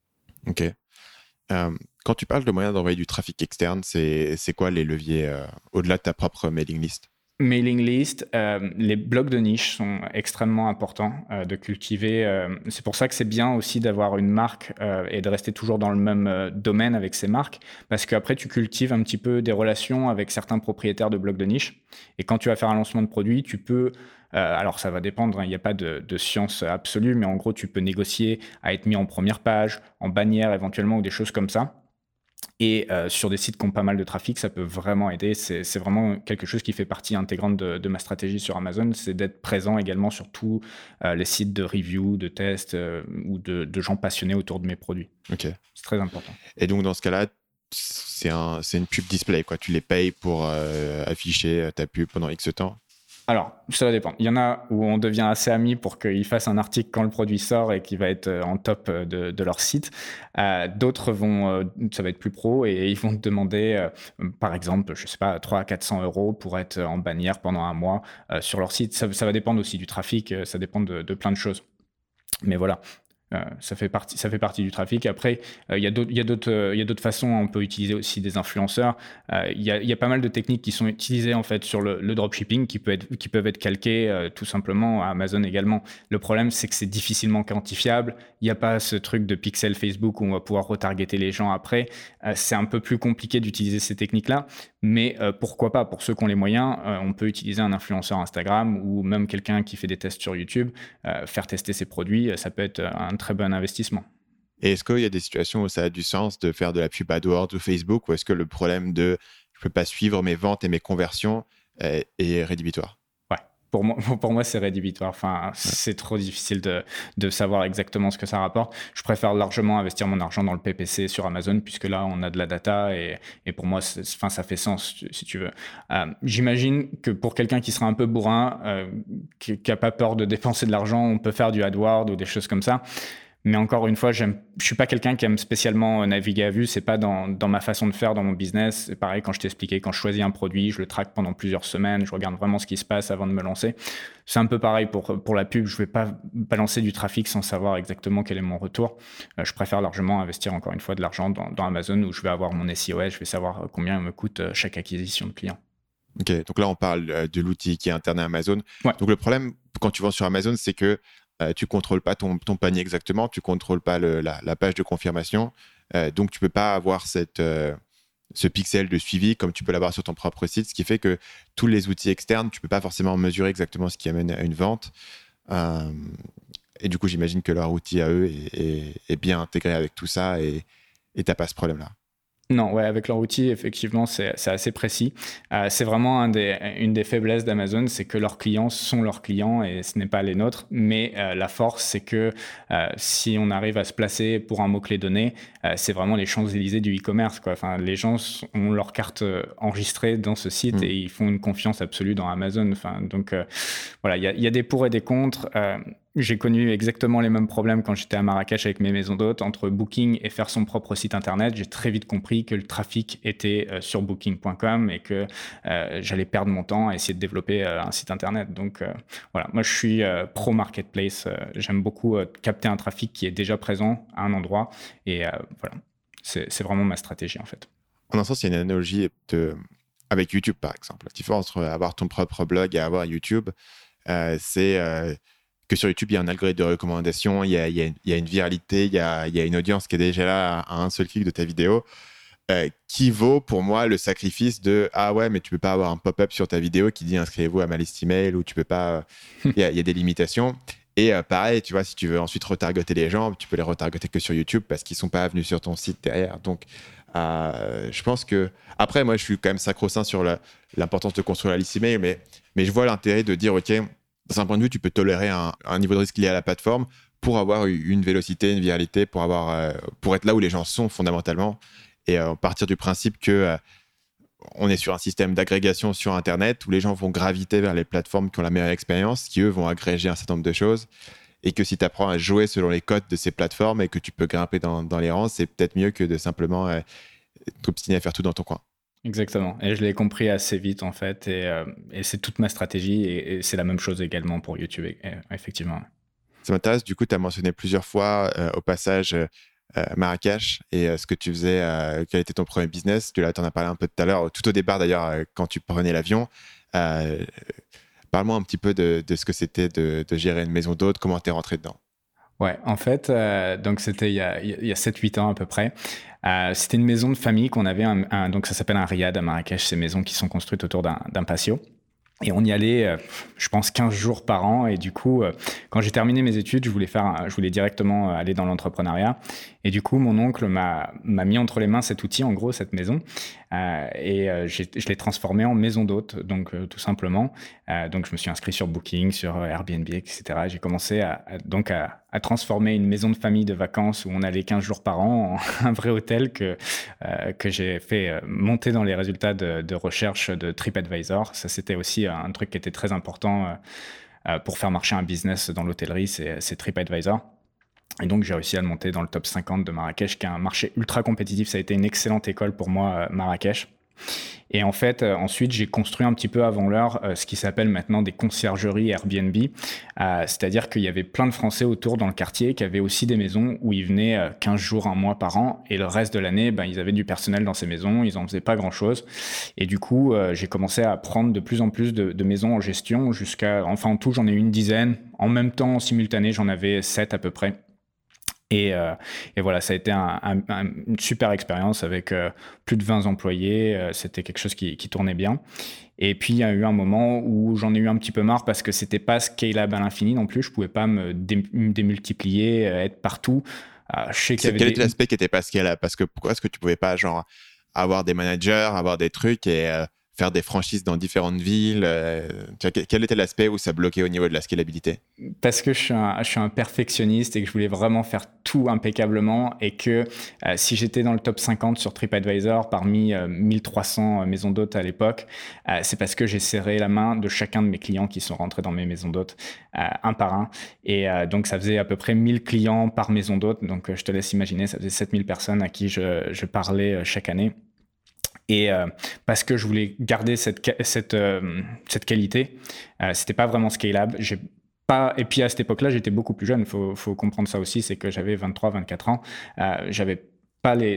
Ok. Euh, quand tu parles de moyens d'envoyer du trafic externe, c'est, c'est quoi les leviers euh, au-delà de ta propre mailing list? Mailing list, euh, les blogs de niche sont extrêmement importants euh, de cultiver. Euh, c'est pour ça que c'est bien aussi d'avoir une marque euh, et de rester toujours dans le même euh, domaine avec ces marques, parce qu'après tu cultives un petit peu des relations avec certains propriétaires de blogs de niche. Et quand tu vas faire un lancement de produit, tu peux... Euh, alors ça va dépendre, il hein, n'y a pas de, de science absolue, mais en gros tu peux négocier à être mis en première page, en bannière éventuellement ou des choses comme ça. Et euh, sur des sites qui ont pas mal de trafic, ça peut vraiment aider. C'est, c'est vraiment quelque chose qui fait partie intégrante de, de ma stratégie sur Amazon, c'est d'être présent également sur tous euh, les sites de review, de tests euh, ou de, de gens passionnés autour de mes produits. Ok. C'est très important. Et donc, dans ce cas-là, c'est, un, c'est une pub display, quoi. Tu les payes pour euh, afficher ta pub pendant X temps? Alors, ça dépend. Il y en a où on devient assez amis pour qu'ils fassent un article quand le produit sort et qui va être en top de, de leur site. Euh, d'autres vont, euh, ça va être plus pro et ils vont te demander, euh, par exemple, je sais pas, trois cents à quatre cents euros pour être en bannière pendant un mois euh, sur leur site. Ça, ça va dépendre aussi du trafic, ça dépend de, de plein de choses. Mais voilà. Euh, ça fait partie, ça fait partie du trafic. Après, il euh, y a d'autres, il y a d'autres, euh, il y a d'autres façons. On peut utiliser aussi des influenceurs. Il euh, y, a, y a pas mal de techniques qui sont utilisées en fait sur le, le dropshipping, qui peut être, qui peuvent être calquées euh, tout simplement à Amazon également. Le problème, c'est que c'est difficilement quantifiable. Il n'y a pas ce truc de pixel Facebook où on va pouvoir retargeter les gens après. Euh, c'est un peu plus compliqué d'utiliser ces techniques-là, mais euh, pourquoi pas? Pour ceux qui ont les moyens, euh, on peut utiliser un influenceur Instagram ou même quelqu'un qui fait des tests sur YouTube, euh, faire tester ses produits. Ça peut être un très bon investissement. Et est-ce qu'il y a des situations où ça a du sens de faire de la pub AdWords ou Facebook, ou est-ce que le problème de je ne peux pas suivre mes ventes et mes conversions est, est rédhibitoire? Ouais, pour moi, pour moi c'est rédhibitoire. Enfin, ouais. C'est trop difficile de, de savoir exactement ce que ça rapporte. Je préfère largement investir mon argent dans le P P C sur Amazon, puisque là, on a de la data et, et pour moi, enfin, ça fait sens, si tu veux. Euh, j'imagine que pour quelqu'un qui sera un peu bourrin, euh, qui n'a pas peur de dépenser de l'argent, on peut faire du AdWords ou des choses comme ça. Mais encore une fois, j'aime, je suis pas quelqu'un qui aime spécialement naviguer à vue. C'est pas dans, dans ma façon de faire dans mon business. C'est pareil quand je t'expliquais, quand je choisis un produit, je le traque pendant plusieurs semaines. Je regarde vraiment ce qui se passe avant de me lancer. C'est un peu pareil pour, pour la pub. Je vais pas balancer du trafic sans savoir exactement quel est mon retour. Euh, je préfère largement investir encore une fois de l'argent dans, dans Amazon où je vais avoir mon S E O S. Je vais savoir combien il me coûte chaque acquisition de client. Ok, donc là, on parle de l'outil qui est interné à Amazon. Ouais. Donc le problème, quand tu vends sur Amazon, c'est que Euh, tu ne contrôles pas ton, ton panier exactement, tu ne contrôles pas le, la, la page de confirmation, euh, donc tu ne peux pas avoir cette, euh, ce pixel de suivi comme tu peux l'avoir sur ton propre site, ce qui fait que tous les outils externes, tu ne peux pas forcément mesurer exactement ce qui amène à une vente. Euh, et du coup, j'imagine que leur outil à eux est, est, est bien intégré avec tout ça et tu n'as pas ce problème-là. Non, ouais, avec leur outil, effectivement, c'est, c'est assez précis. Euh, c'est vraiment un des, une des faiblesses d'Amazon, c'est que leurs clients sont leurs clients et ce n'est pas les nôtres. Mais euh, la force, c'est que euh, si on arrive à se placer pour un mot-clé donné, euh, c'est vraiment les Champs-Élysées du e-commerce, quoi. Enfin, les gens ont leur carte enregistrée dans ce site mmh. et ils font une confiance absolue dans Amazon. Enfin, donc, euh, voilà, il y, y a des pour et des contre. Euh, J'ai connu exactement les mêmes problèmes quand j'étais à Marrakech avec mes maisons d'hôtes. Entre Booking et faire son propre site internet, j'ai très vite compris que le trafic était euh, sur booking point com et que euh, j'allais perdre mon temps à essayer de développer euh, un site internet. Donc euh, voilà, moi je suis euh, pro marketplace. Euh, j'aime beaucoup euh, capter un trafic qui est déjà présent à un endroit et euh, voilà, c'est, c'est vraiment ma stratégie en fait. En un sens, il y a une analogie de... avec YouTube par exemple. La différence entre avoir ton propre blog et avoir YouTube, euh, c'est... Euh... que sur YouTube, il y a un algorithme de recommandation, il y a, il y a, une, il y a une viralité, il y a, il y a une audience qui est déjà là à un seul clic de ta vidéo, euh, qui vaut pour moi le sacrifice de « Ah ouais, mais tu ne peux pas avoir un pop-up sur ta vidéo qui dit « Inscrivez-vous à ma liste email » ou tu peux pas... Il y a, il y a des limitations. Et euh, pareil, tu vois, si tu veux ensuite retargeter les gens, tu peux les retargeter que sur YouTube parce qu'ils ne sont pas venus sur ton site derrière. Donc, euh, je pense que... Après, moi, je suis quand même sacro-saint sur la, l'importance de construire la liste email, mais, mais je vois l'intérêt de dire « Ok, d'un point de vue, tu peux tolérer un, un niveau de risque lié à la plateforme pour avoir une vélocité, une viralité, pour, avoir, euh, pour être là où les gens sont fondamentalement et euh, partir du principe que euh, on est sur un système d'agrégation sur Internet où les gens vont graviter vers les plateformes qui ont la meilleure expérience, qui eux vont agréger un certain nombre de choses et que si tu apprends à jouer selon les codes de ces plateformes et que tu peux grimper dans, dans les rangs, c'est peut-être mieux que de simplement euh, t'obstiner à faire tout dans ton coin. Exactement. Et je l'ai compris assez vite, en fait. Et, euh, et c'est toute ma stratégie. Et, et c'est la même chose également pour YouTube, et, et, effectivement. Ça m'intéresse. Du coup, tu as mentionné plusieurs fois euh, au passage euh, Marrakech et euh, ce que tu faisais, euh, quel était ton premier business. Tu en as parlé un peu tout à l'heure, tout au départ d'ailleurs, euh, quand tu prenais l'avion. Euh, parle-moi un petit peu de, de ce que c'était de, de gérer une maison d'hôtes, comment tu es rentré dedans. Ouais, en fait, euh, donc c'était il y a, il y a sept huit ans à peu près. Euh, c'était une maison de famille qu'on avait, un, un, donc ça s'appelle un riad à Marrakech, ces maisons qui sont construites autour d'un, d'un patio. Et on y allait, euh, je pense, quinze jours par an. Et du coup, euh, quand j'ai terminé mes études, je voulais, faire un- je voulais directement aller dans l'entrepreneuriat. Et du coup, mon oncle m'a, m'a mis entre les mains cet outil, en gros, cette maison. Euh, et euh, j'ai- je l'ai transformé en maison d'hôte, donc euh, tout simplement. Euh, donc, je me suis inscrit sur Booking, sur euh, Airbnb, et cetera. J'ai commencé à, à- donc à, à transformer une maison de famille de vacances où on allait quinze jours par an en un vrai hôtel que, euh, que j'ai fait euh, monter dans les résultats de, de recherche de TripAdvisor. Ça, c'était aussi un truc qui était très important euh, euh, pour faire marcher un business dans l'hôtellerie, c'est, c'est TripAdvisor. Et donc, j'ai réussi à le monter dans le top cinquante de Marrakech, qui est un marché ultra compétitif. Ça a été une excellente école pour moi, euh, Marrakech. Et en fait, euh, ensuite, j'ai construit un petit peu avant l'heure euh, ce qui s'appelle maintenant des conciergeries Airbnb. Euh, c'est-à-dire qu'il y avait plein de Français autour dans le quartier qui avaient aussi des maisons où ils venaient euh, quinze jours, un mois par an. Et le reste de l'année, ben, ils avaient du personnel dans ces maisons. Ils n'en faisaient pas grand-chose. Et du coup, euh, j'ai commencé à prendre de plus en plus de, de maisons en gestion jusqu'à... Enfin, en tout, j'en ai eu une dizaine. En même temps, en simultané, j'en avais sept à peu près. Et, euh, et voilà, ça a été un, un, un, une super expérience avec euh, plus de vingt employés. Euh, c'était quelque chose qui, qui tournait bien. Et puis, il y a eu un moment où j'en ai eu un petit peu marre parce que c'était pas scalable à l'infini non plus. Je pouvais pas me, dé- me démultiplier, euh, être partout. Euh, je sais qu'il y C'est, avait quel était des... l'aspect qui était pas scalable? Parce que pourquoi est-ce que tu pouvais pas, genre, avoir des managers, avoir des trucs et euh, faire des franchises dans différentes villes euh, tu vois, quel, quel était l'aspect où ça bloquait au niveau de la scalabilité? Parce que je suis, un, je suis un perfectionniste et que je voulais vraiment faire tout impeccablement et que euh, si j'étais dans le top cinquante sur TripAdvisor parmi euh, mille trois cents maisons d'hôtes à l'époque, euh, c'est parce que j'ai serré la main de chacun de mes clients qui sont rentrés dans mes maisons d'hôtes euh, un par un. Et euh, donc ça faisait à peu près mille clients par maison d'hôtes. Donc euh, je te laisse imaginer, ça faisait sept mille personnes à qui je, je parlais euh, chaque année. Et euh, parce que je voulais garder cette, cette, euh, cette qualité, euh, c'était pas vraiment scalable. J'ai pas... Et puis à cette époque-là, j'étais beaucoup plus jeune. Il faut, faut comprendre ça aussi, c'est que j'avais vingt-trois, vingt-quatre ans. Euh, j'avais pas les,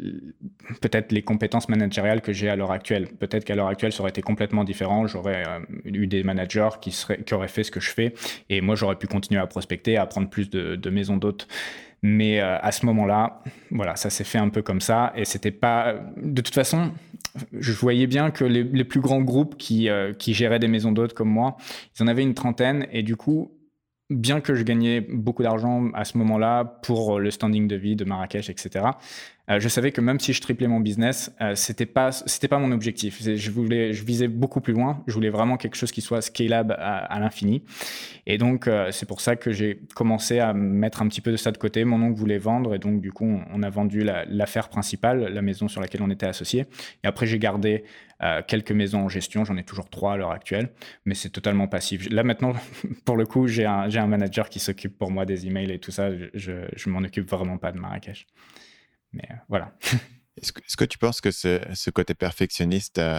peut-être les compétences managériales que j'ai à l'heure actuelle. Peut-être qu'à l'heure actuelle, ça aurait été complètement différent. J'aurais euh, eu des managers qui, seraient, qui auraient fait ce que je fais. Et moi, j'aurais pu continuer à prospecter, à prendre plus de, de maisons d'hôtes. Mais euh, à ce moment-là, voilà, ça s'est fait un peu comme ça. Et c'était pas... De toute façon, je voyais bien que les, les plus grands groupes qui, euh, qui géraient des maisons d'hôtes comme moi, ils en avaient une trentaine. Et du coup, bien que je gagnais beaucoup d'argent à ce moment-là pour le standing de vie de Marrakech, et cetera, euh, je savais que même si je triplais mon business, euh, c'était pas, c'était pas mon objectif. Je voulais, je visais beaucoup plus loin. Je voulais vraiment quelque chose qui soit scalable à, à l'infini. Et donc, euh, c'est pour ça que j'ai commencé à mettre un petit peu de ça de côté. Mon oncle voulait vendre et donc, du coup, on, on a vendu la, l'affaire principale, la maison sur laquelle on était associé. Et après, j'ai gardé euh, quelques maisons en gestion. J'en ai toujours trois à l'heure actuelle, mais c'est totalement passif. Là, maintenant, pour le coup, j'ai un, j'ai un manager qui s'occupe pour moi des emails et tout ça. Je, je, je m'en occupe vraiment pas de Marrakech. Mais euh, voilà. Est-ce que, est-ce que tu penses que ce, ce côté perfectionniste euh,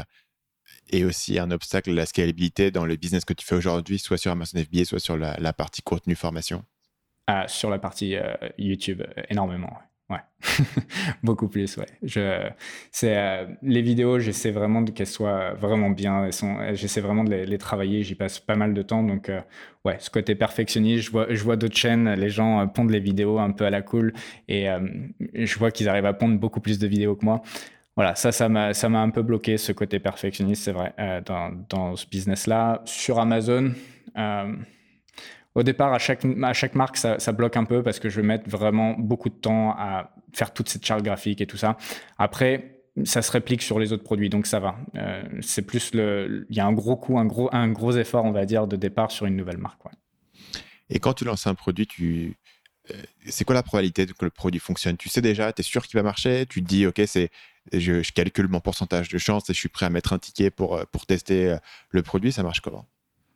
est aussi un obstacle à la scalabilité dans le business que tu fais aujourd'hui, soit sur Amazon F B A, soit sur la, la partie contenu formation? Ah, sur la partie euh, YouTube, euh, énormément. Ouais. Ouais. Beaucoup plus, ouais. Je, c'est, euh, les vidéos, j'essaie vraiment de, qu'elles soient vraiment bien. Elles sont, j'essaie vraiment de les, les travailler. J'y passe pas mal de temps. Donc, euh, ouais, ce côté perfectionniste, je vois, je vois d'autres chaînes, les gens euh, pondent les vidéos un peu à la cool. Et euh, je vois qu'ils arrivent à pondre beaucoup plus de vidéos que moi. Voilà, ça, ça m'a, ça m'a un peu bloqué, ce côté perfectionniste, c'est vrai, euh, dans, dans ce business-là. Sur Amazon, euh, au départ, à chaque, à chaque marque, ça, ça bloque un peu parce que je vais mettre vraiment beaucoup de temps à faire toute cette charte graphique et tout ça. Après, ça se réplique sur les autres produits, donc ça va. Euh, c'est plus le, il y a un gros coût, un gros, un gros effort, on va dire, de départ sur une nouvelle marque. Ouais. Et quand tu lances un produit, tu... euh, c'est quoi la probabilité que le produit fonctionne? Tu sais déjà, tu es sûr qu'il va marcher? Tu te dis, OK, c'est... Je, je calcule mon pourcentage de chance et je suis prêt à mettre un ticket pour, euh, pour tester euh, le produit. Ça marche comment?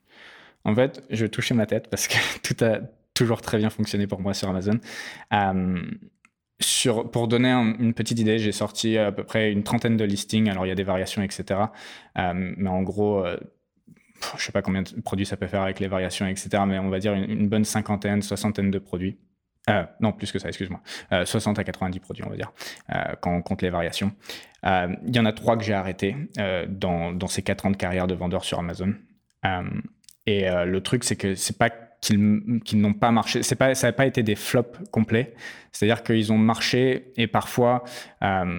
En fait, je touchais ma tête parce que tout a toujours très bien fonctionné pour moi sur Amazon. Euh, sur, pour donner un, une petite idée, j'ai sorti à peu près une trentaine de listings. Alors, il y a des variations, et cetera. Euh, mais en gros, euh, je ne sais pas combien de produits ça peut faire avec les variations, et cetera. Mais on va dire une, une bonne cinquantaine, soixantaine de produits. Euh, non, plus que ça, excuse-moi. Euh, soixante à quatre-vingt-dix produits, on va dire, euh, quand on compte les variations. Euh, Il y en a trois que j'ai arrêtés euh, dans, dans ces quatre ans de carrière de vendeur sur Amazon. Euh, et euh, le truc, c'est que c'est pas qu'ils, qu'ils n'ont pas marché. C'est pas, ça n'a pas été des flops complets. C'est-à-dire qu'ils ont marché et parfois, euh,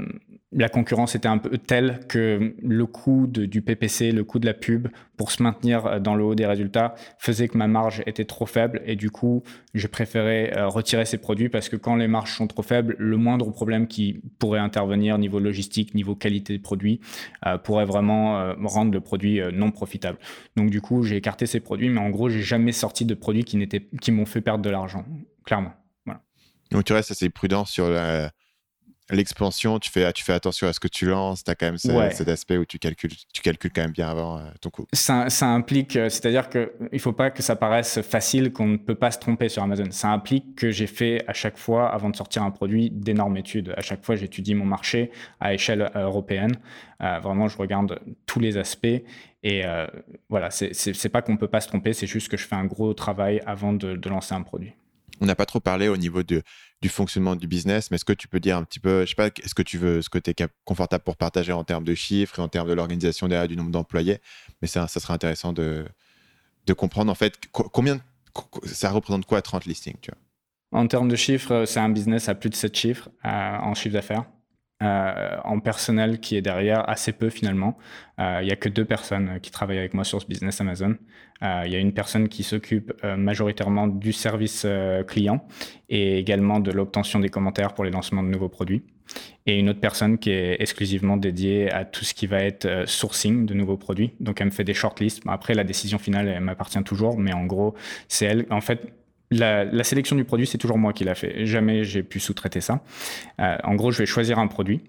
la concurrence était un peu telle que le coût de, du P P C, le coût de la pub pour se maintenir dans le haut des résultats faisait que ma marge était trop faible et du coup, j'ai préféré euh, retirer ces produits parce que quand les marges sont trop faibles, le moindre problème qui pourrait intervenir niveau logistique, niveau qualité des produits, euh, pourrait vraiment euh, rendre le produit euh, non profitable. Donc du coup, j'ai écarté ces produits, mais en gros, j'ai jamais sorti de produits qui, n'étaient, qui m'ont fait perdre de l'argent, clairement. Voilà. Donc tu restes assez prudent sur la, l'expansion, tu fais, tu fais attention à ce que tu lances, tu as quand même ce, Ouais. cet aspect où tu calcules, tu calcules quand même bien avant euh, ton coût. Ça, ça implique, euh, c'est-à-dire qu'il ne faut pas que ça paraisse facile, qu'on ne peut pas se tromper sur Amazon. Ça implique que j'ai fait à chaque fois, avant de sortir un produit, d'énormes études. À chaque fois, j'étudie mon marché à échelle euh, européenne. Euh, vraiment, je regarde tous les aspects. Et euh, voilà, c'est, c'est, c'est pas qu'on ne peut pas se tromper, c'est juste que je fais un gros travail avant de, de lancer un produit. On n'a pas trop parlé au niveau de, du fonctionnement du business, mais est-ce que tu peux dire un petit peu, je sais pas, est-ce que tu veux, ce que tu es confortable pour partager en termes de chiffres et en termes de l'organisation derrière, du nombre d'employés, mais ça, ça serait intéressant de, de comprendre en fait co- combien, co- ça représente quoi trente listings, tu vois. En termes de chiffres, c'est un business à plus de sept chiffres euh, en chiffre d'affaires. Euh, en personnel qui est derrière, assez peu finalement. Il euh, n'y a que deux personnes qui travaillent avec moi sur ce business Amazon. Il euh, y a une personne qui s'occupe euh, majoritairement du service euh, client et également de l'obtention des commentaires pour les lancements de nouveaux produits. Et une autre personne qui est exclusivement dédiée à tout ce qui va être euh, sourcing de nouveaux produits. Donc elle me fait des shortlists. Après, la décision finale, elle m'appartient toujours, mais en gros, c'est elle. En fait, La, la sélection du produit, c'est toujours moi qui l'a fait. Jamais j'ai pu sous-traiter ça. Euh, en gros, je vais choisir un produit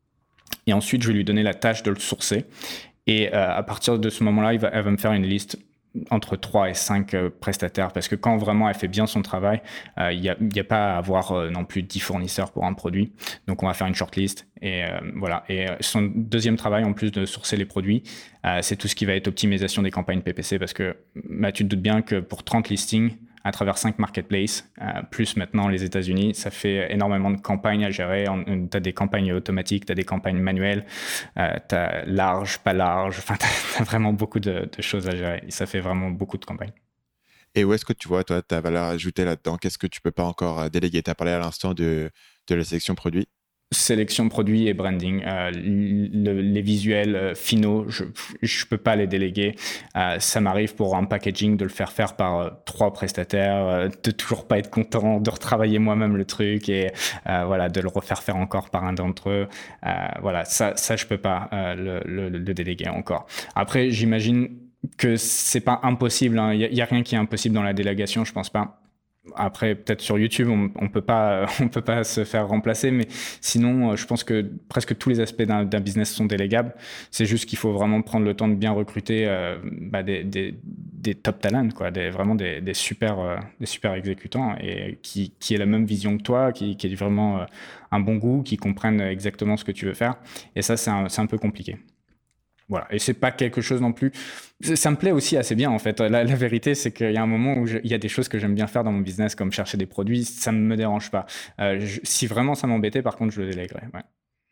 et ensuite, je vais lui donner la tâche de le sourcer. Et euh, à partir de ce moment-là, il va, elle va me faire une liste entre trois et cinq euh, prestataires parce que quand vraiment elle fait bien son travail, il euh, n'y a, y a pas à avoir euh, non plus dix fournisseurs pour un produit. Donc, on va faire une shortlist. Et euh, voilà. Et son deuxième travail, en plus de sourcer les produits, euh, c'est tout ce qui va être optimisation des campagnes P P C parce que bah, tu te doutes bien que pour trente listings, à travers cinq marketplaces, euh, plus maintenant les États-Unis, ça fait énormément de campagnes à gérer. Tu as des campagnes automatiques, tu as des campagnes manuelles, euh, tu as large, pas large, enfin, tu as vraiment beaucoup de, de choses à gérer. Et ça fait vraiment beaucoup de campagnes. Et où est-ce que tu vois, toi, ta valeur ajoutée là-dedans? Qu'est-ce que tu peux pas encore déléguer? Tu as parlé à l'instant de, de la sélection produit. Sélection produit et branding. Euh, le, les visuels euh, finaux, je ne peux pas les déléguer. Euh, ça m'arrive pour un packaging de le faire faire par euh, trois prestataires, euh, de toujours pas être content, de retravailler moi-même le truc et euh, voilà, de le refaire faire encore par un d'entre eux. Euh, voilà, ça, ça je peux pas euh, le, le, le déléguer encore. Après, j'imagine que c'est pas impossible. Il n'y a, a rien qui est impossible dans la délégation, je pense pas. Après, peut-être sur YouTube, on on peut pas, on peut pas se faire remplacer, mais sinon, je pense que presque tous les aspects d'un, d'un business sont délégables. C'est juste qu'il faut vraiment prendre le temps de bien recruter euh, bah, des, des, des top talents, quoi, des, vraiment des, des super, euh, des super exécutants et qui, qui aient la même vision que toi, qui, qui aient vraiment euh, un bon goût, qui comprennent exactement ce que tu veux faire. Et ça, c'est un, c'est un peu compliqué. Voilà. Et c'est pas quelque chose non plus. Ça me plaît aussi assez bien en fait. La, la vérité, c'est qu'il y a un moment où je, il y a des choses que j'aime bien faire dans mon business, comme chercher des produits. Ça ne me dérange pas. Euh, je, si vraiment ça m'embêtait, par contre, je le délèguerais. Ouais.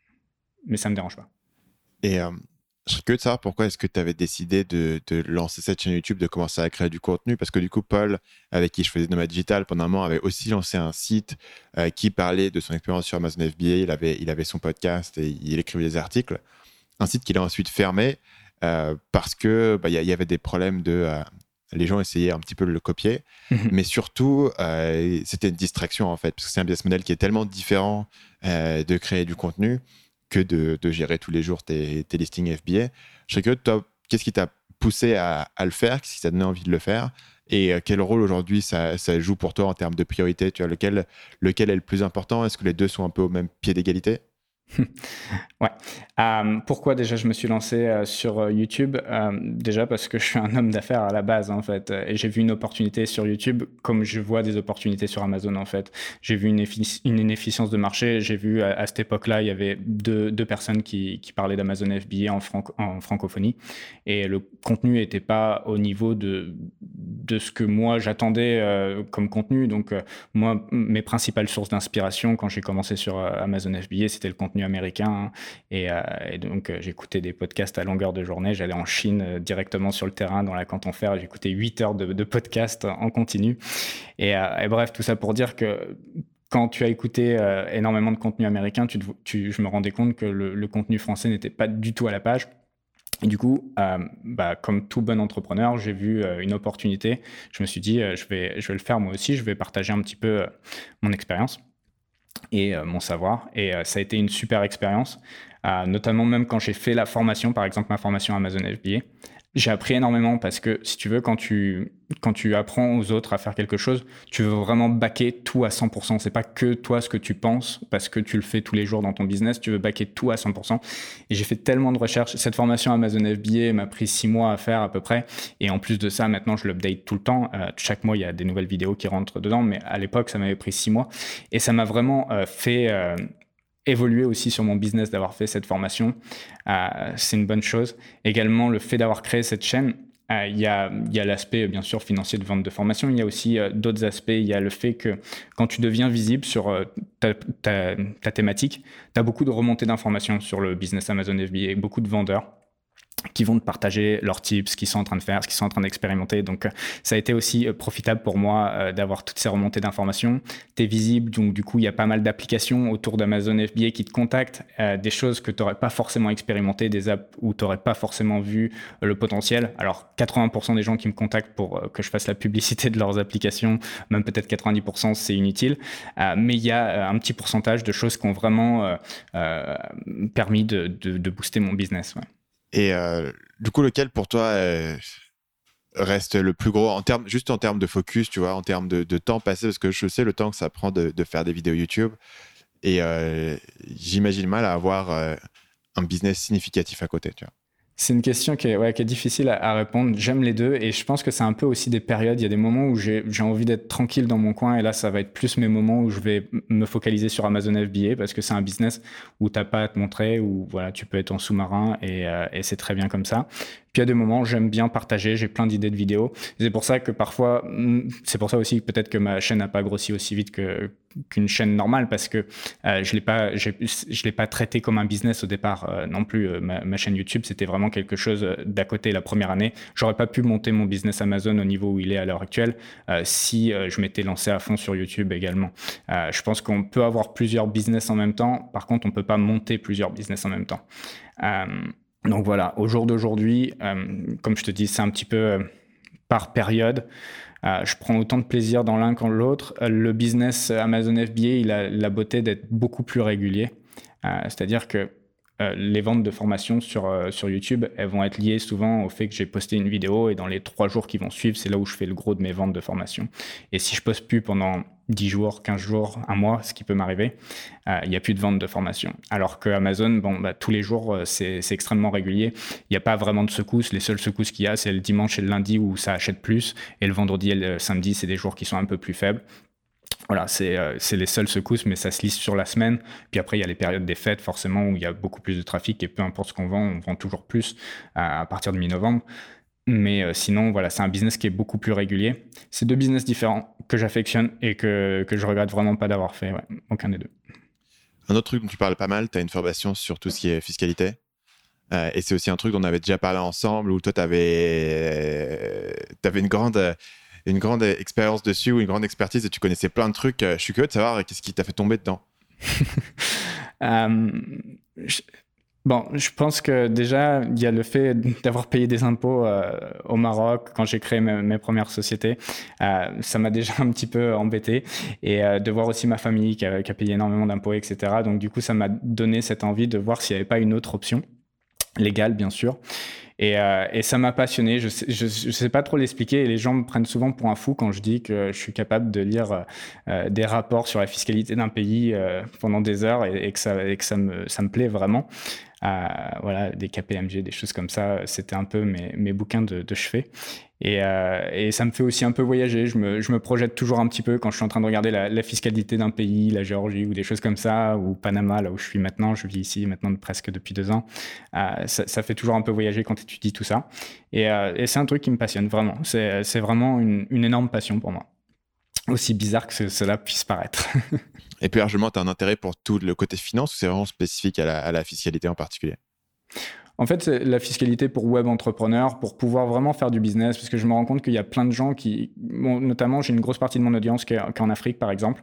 Mais ça me dérange pas. Et euh, je serais curieux de savoir pourquoi est-ce que tu avais décidé de, de lancer cette chaîne YouTube, de commencer à créer du contenu, parce que du coup, Paul, avec qui je faisais Nomad Digital pendant un moment, avait aussi lancé un site euh, qui parlait de son expérience sur Amazon F B A. Il avait, il avait son podcast et il écrivait des articles. Un site qu'il a ensuite fermé euh, parce que bah, y, y avait des problèmes de... Euh, les gens essayaient un petit peu de le copier, mm-hmm. mais surtout, euh, c'était une distraction en fait, parce que c'est un business model qui est tellement différent euh, de créer du contenu que de, de gérer tous les jours tes, tes listings F B A. Je serais curieux de toi, qu'est-ce qui t'a poussé à, à le faire, qu'est-ce qui t'a donné envie de le faire, et euh, quel rôle aujourd'hui ça, ça joue pour toi en termes de priorité, tu vois, lequel, lequel est le plus important? Est-ce que les deux sont un peu au même pied d'égalité? Ouais. Euh, pourquoi déjà je me suis lancé euh, sur euh, YouTube? Euh, déjà parce que je suis un homme d'affaires à la base en fait, et j'ai vu une opportunité sur YouTube comme je vois des opportunités sur Amazon en fait. J'ai vu une, effic- une inefficience de marché. J'ai vu à, à cette époque-là, il y avait deux, deux personnes qui, qui parlaient d'Amazon F B A en, franco- en francophonie, et le contenu n'était pas au niveau de de ce que moi j'attendais euh, comme contenu. Donc euh, moi, mes principales sources d'inspiration quand j'ai commencé sur euh, Amazon F B A, c'était le contenu américain, hein, et, euh, et donc euh, j'écoutais des podcasts à longueur de journée. J'allais en Chine euh, directement sur le terrain dans la Canton Fer, j'écoutais huit heures de, de podcasts en continu, et, euh, et bref, tout ça pour dire que quand tu as écouté euh, énormément de contenu américain, tu, tu, je me rendais compte que le, le contenu français n'était pas du tout à la page. Et du coup, euh, bah, comme tout bon entrepreneur, j'ai vu euh, une opportunité. Je me suis dit, euh, je, vais, je vais le faire moi aussi. Je vais partager un petit peu euh, mon expérience et euh, mon savoir. Et euh, ça a été une super expérience, euh, notamment même quand j'ai fait la formation, par exemple ma formation Amazon F B A. J'ai appris énormément parce que, si tu veux, quand tu, quand tu apprends aux autres à faire quelque chose, tu veux vraiment backer tout à cent pour cent. C'est pas que toi ce que tu penses parce que tu le fais tous les jours dans ton business, tu veux backer tout à cent pour cent. Et j'ai fait tellement de recherches. Cette formation Amazon F B A m'a pris six mois à faire à peu près. Et en plus de ça, maintenant, je l'update tout le temps. Euh, chaque mois, il y a des nouvelles vidéos qui rentrent dedans. Mais à l'époque, ça m'avait pris six mois. Et ça m'a vraiment euh, fait... Euh, évoluer aussi sur mon business d'avoir fait cette formation. Euh, c'est une bonne chose. Également, le fait d'avoir créé cette chaîne, euh, il y a, il y a l'aspect, bien sûr, financier de vente de formation. Il y a aussi euh, d'autres aspects. Il y a le fait que quand tu deviens visible sur euh, ta, ta, ta thématique, tu as beaucoup de remontées d'informations sur le business Amazon F B A, beaucoup de vendeurs qui vont te partager leurs tips, ce qu'ils sont en train de faire, ce qu'ils sont en train d'expérimenter. Donc, ça a été aussi profitable pour moi euh, d'avoir toutes ces remontées d'informations. Tu es visible, donc du coup, il y a pas mal d'applications autour d'Amazon F B A qui te contactent, euh, des choses que tu n'aurais pas forcément expérimentées, des apps où tu n'aurais pas forcément vu euh, le potentiel. Alors, quatre-vingts pour cent des gens qui me contactent pour euh, que je fasse la publicité de leurs applications, même peut-être quatre-vingt-dix pour cent, c'est inutile. Euh, mais il y a euh, un petit pourcentage de choses qui ont vraiment euh, euh, permis de, de, de booster mon business. Ouais. Et euh, du coup, lequel pour toi euh, reste le plus gros en termes, juste en termes de focus, tu vois, en termes de, de temps passé, parce que je sais le temps que ça prend de, de faire des vidéos YouTube, et euh, j'imagine mal à avoir euh, un business significatif à côté, tu vois. C'est une question qui est, ouais, qui est difficile à, à répondre. J'aime les deux et je pense que c'est un peu aussi des périodes. Il y a des moments où j'ai, j'ai envie d'être tranquille dans mon coin et là, ça va être plus mes moments où je vais me focaliser sur Amazon F B A parce que c'est un business où tu n'as pas à te montrer, où voilà, tu peux être en sous-marin et, euh, et c'est très bien comme ça. Puis il y a des moments où j'aime bien partager, j'ai plein d'idées de vidéos. Et c'est pour ça que parfois, c'est pour ça aussi que peut-être que ma chaîne n'a pas grossi aussi vite que, qu'une chaîne normale parce que euh, je l'ai pas, j'ai, je l'ai pas traité comme un business au départ euh, non plus. Euh, ma, ma chaîne YouTube, c'était vraiment quelque chose d'à côté la première année. J'aurais pas pu monter mon business Amazon au niveau où il est à l'heure actuelle euh, si euh, je m'étais lancé à fond sur YouTube également. Euh, je pense qu'on peut avoir plusieurs business en même temps. Par contre, on peut pas monter plusieurs business en même temps. Euh, Donc voilà, au jour d'aujourd'hui, euh, comme je te dis, c'est un petit peu euh, par période. Euh, je prends autant de plaisir dans l'un qu'en l'autre. Euh, le business Amazon F B A, il a la beauté d'être beaucoup plus régulier. Euh, c'est-à-dire que euh, les ventes de formation sur, euh, sur YouTube, elles vont être liées souvent au fait que j'ai posté une vidéo et dans les trois jours qui vont suivre, c'est là où je fais le gros de mes ventes de formation. Et si je poste plus pendant dix jours, quinze jours, un mois, ce qui peut m'arriver, il euh, n'y a plus de vente de formation. Alors que Amazon, bon, bah, tous les jours, c'est, c'est extrêmement régulier. Il n'y a pas vraiment de secousses. Les seules secousses qu'il y a, c'est le dimanche et le lundi où ça achète plus. Et le vendredi et le samedi, c'est des jours qui sont un peu plus faibles. Voilà, c'est, euh, c'est les seules secousses, mais ça se lisse sur la semaine. Puis après, il y a les périodes des fêtes, forcément, où il y a beaucoup plus de trafic. Et peu importe ce qu'on vend, on vend toujours plus à, à partir de mi-novembre. Mais euh, sinon, voilà, c'est un business qui est beaucoup plus régulier. C'est deux business différents que j'affectionne et que, que je regrette vraiment pas d'avoir fait. Ouais, aucun des deux. Un autre truc dont tu parles pas mal, tu as une formation sur tout ce qui est fiscalité. Euh, et c'est aussi un truc dont on avait déjà parlé ensemble, où toi, tu avais euh, une grande... Euh, une grande expérience dessus ou une grande expertise et tu connaissais plein de trucs. Je suis curieux de savoir qu'est-ce qui t'a fait tomber dedans. euh, je, bon, je pense que déjà, il y a le fait d'avoir payé des impôts euh, au Maroc quand j'ai créé mes, mes premières sociétés. Euh, ça m'a déjà un petit peu embêté. Et euh, de voir aussi ma famille qui a, qui a payé énormément d'impôts, et cetera. Donc du coup, ça m'a donné cette envie de voir s'il n'y avait pas une autre option, légale bien sûr. Et, euh, et ça m'a passionné. Je sais, je, je sais pas trop l'expliquer. Et les gens me prennent souvent pour un fou quand je dis que je suis capable de lire euh, des rapports sur la fiscalité d'un pays euh, pendant des heures et, et que, ça, et que ça, me, ça me plaît vraiment. Euh, voilà, des K P M G, des choses comme ça. C'était un peu mes, mes bouquins de, de chevet. Et, euh, et ça me fait aussi un peu voyager. Je me, je me projette toujours un petit peu quand je suis en train de regarder la, la fiscalité d'un pays, la Géorgie ou des choses comme ça, ou Panama, là où je suis maintenant. Je vis ici maintenant presque depuis deux ans. Euh, ça, ça fait toujours un peu voyager quand tu étudies tout ça. Et, euh, et c'est un truc qui me passionne vraiment. C'est, c'est vraiment une, une énorme passion pour moi. Aussi bizarre que ce, cela puisse paraître. Et plus largement, tu as un intérêt pour tout le côté finance ou c'est vraiment spécifique à la, à la fiscalité en particulier ? En fait, c'est la fiscalité pour web entrepreneurs, pour pouvoir vraiment faire du business, parce que je me rends compte qu'il y a plein de gens qui, bon, notamment, j'ai une grosse partie de mon audience qui est, qui est en Afrique, par exemple,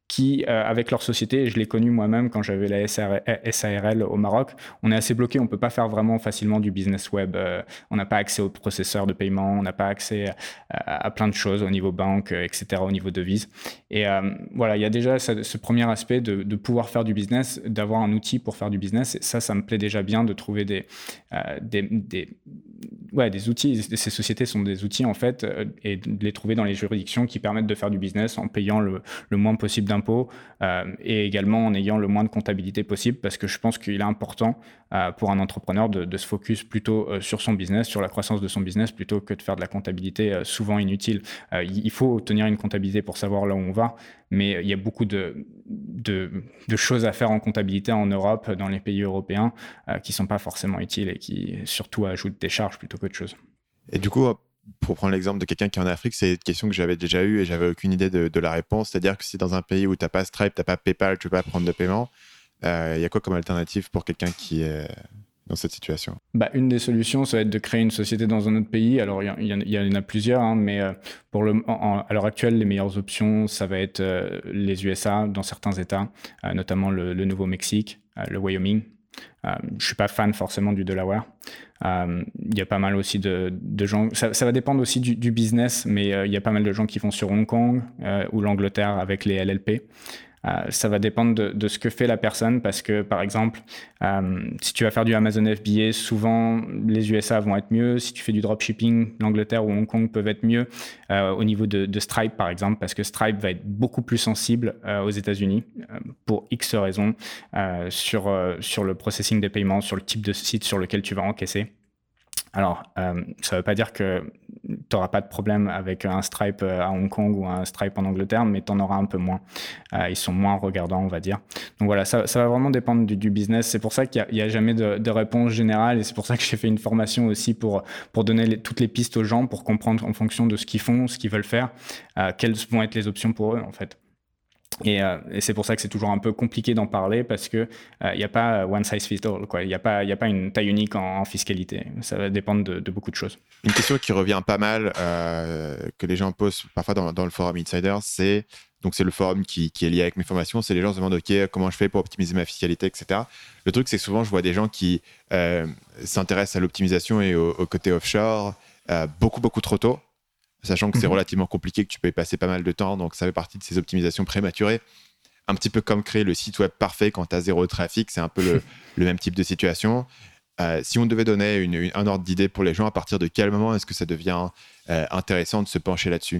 qui, euh, avec leur société, et je l'ai connu moi-même quand j'avais la S A R L au Maroc, on est assez bloqué, on ne peut pas faire vraiment facilement du business web. Euh, on n'a pas accès aux processeurs de paiement, on n'a pas accès à, à plein de choses au niveau banque, et cetera, au niveau devise. Et euh, voilà, il y a déjà ce, ce premier aspect de, de pouvoir faire du business, d'avoir un outil pour faire du business. Et ça, ça me plaît déjà bien de trouver des, euh, des, des, ouais, des outils. Ces sociétés sont des outils, en fait, euh, et de les trouver dans les juridictions qui permettent de faire du business en payant le, le moins possible d'impôts euh, et également en ayant le moins de comptabilité possible, parce que je pense qu'il est important euh, pour un entrepreneur de, de se focus plutôt euh, sur son business, sur la croissance de son business, plutôt que de faire de la comptabilité euh, souvent inutile. Euh, il faut tenir une comptabilité pour savoir là où on va, mais il y a beaucoup de, de, de choses à faire en comptabilité en Europe, dans les pays européens, euh, qui ne sont pas forcément utiles et qui surtout ajoutent des charges plutôt qu'autre chose. Et du coup, pour prendre l'exemple de quelqu'un qui est en Afrique, c'est une question que j'avais déjà eue et j'avais aucune idée de, de la réponse. C'est-à-dire que si dans un pays où tu n'as pas Stripe, tu n'as pas PayPal, tu ne peux pas prendre de paiement, il euh, y a quoi comme alternative pour quelqu'un qui est dans cette situation? Bah, une des solutions, ça va être de créer une société dans un autre pays. Alors, il y, y, y en a plusieurs, hein, mais euh, pour le, en, à l'heure actuelle, les meilleures options, ça va être euh, les U S A dans certains États, euh, notamment le, le Nouveau-Mexique, euh, le Wyoming. Euh, je ne suis pas fan forcément du Delaware. Il euh, y a pas mal aussi de, de gens... Ça, ça va dépendre aussi du, du business, mais il euh, y a pas mal de gens qui vont sur Hong Kong euh, ou l'Angleterre avec les L L P. Euh, ça va dépendre de, de ce que fait la personne, parce que, par exemple, euh, si tu vas faire du Amazon F B A, souvent, les U S A vont être mieux. Si tu fais du dropshipping, l'Angleterre ou Hong Kong peuvent être mieux euh, au niveau de, de Stripe, par exemple, parce que Stripe va être beaucoup plus sensible euh, aux États-Unis euh, pour X raisons euh, sur, euh, sur le processing des paiements, sur le type de site sur lequel tu vas encaisser. Alors, euh, ça ne veut pas dire que tu n'auras pas de problème avec un Stripe à Hong Kong ou un Stripe en Angleterre, mais tu en auras un peu moins. Euh, ils sont moins regardants, on va dire. Donc voilà, ça, ça va vraiment dépendre du, du business. C'est pour ça qu'il n'y a, a jamais de, de réponse générale, et c'est pour ça que j'ai fait une formation aussi pour, pour donner les, toutes les pistes aux gens, pour comprendre en fonction de ce qu'ils font, ce qu'ils veulent faire, euh, quelles vont être les options pour eux, en fait. Et, euh, et c'est pour ça que c'est toujours un peu compliqué d'en parler, parce qu'il n'y euh, a pas one size fits all, quoi. Il n'y a pas, y a pas une taille unique en, en fiscalité. Ça va dépendre de, de beaucoup de choses. Une question qui revient pas mal, euh, que les gens posent parfois dans, dans le forum Insider, c'est, donc c'est le forum qui, qui est lié avec mes formations, c'est les gens se demandent, OK, comment je fais pour optimiser ma fiscalité, et cetera. Le truc, c'est que souvent, je vois des gens qui euh, s'intéressent à l'optimisation et au, au côté offshore euh, beaucoup, beaucoup trop tôt, sachant que c'est relativement compliqué, que tu peux y passer pas mal de temps. Donc, ça fait partie de ces optimisations prématurées. Un petit peu comme créer le site web parfait quand tu as zéro trafic. C'est un peu le, le même type de situation. Euh, si on devait donner une, une, un ordre d'idée pour les gens, à partir de quel moment est-ce que ça devient euh, intéressant de se pencher là-dessus?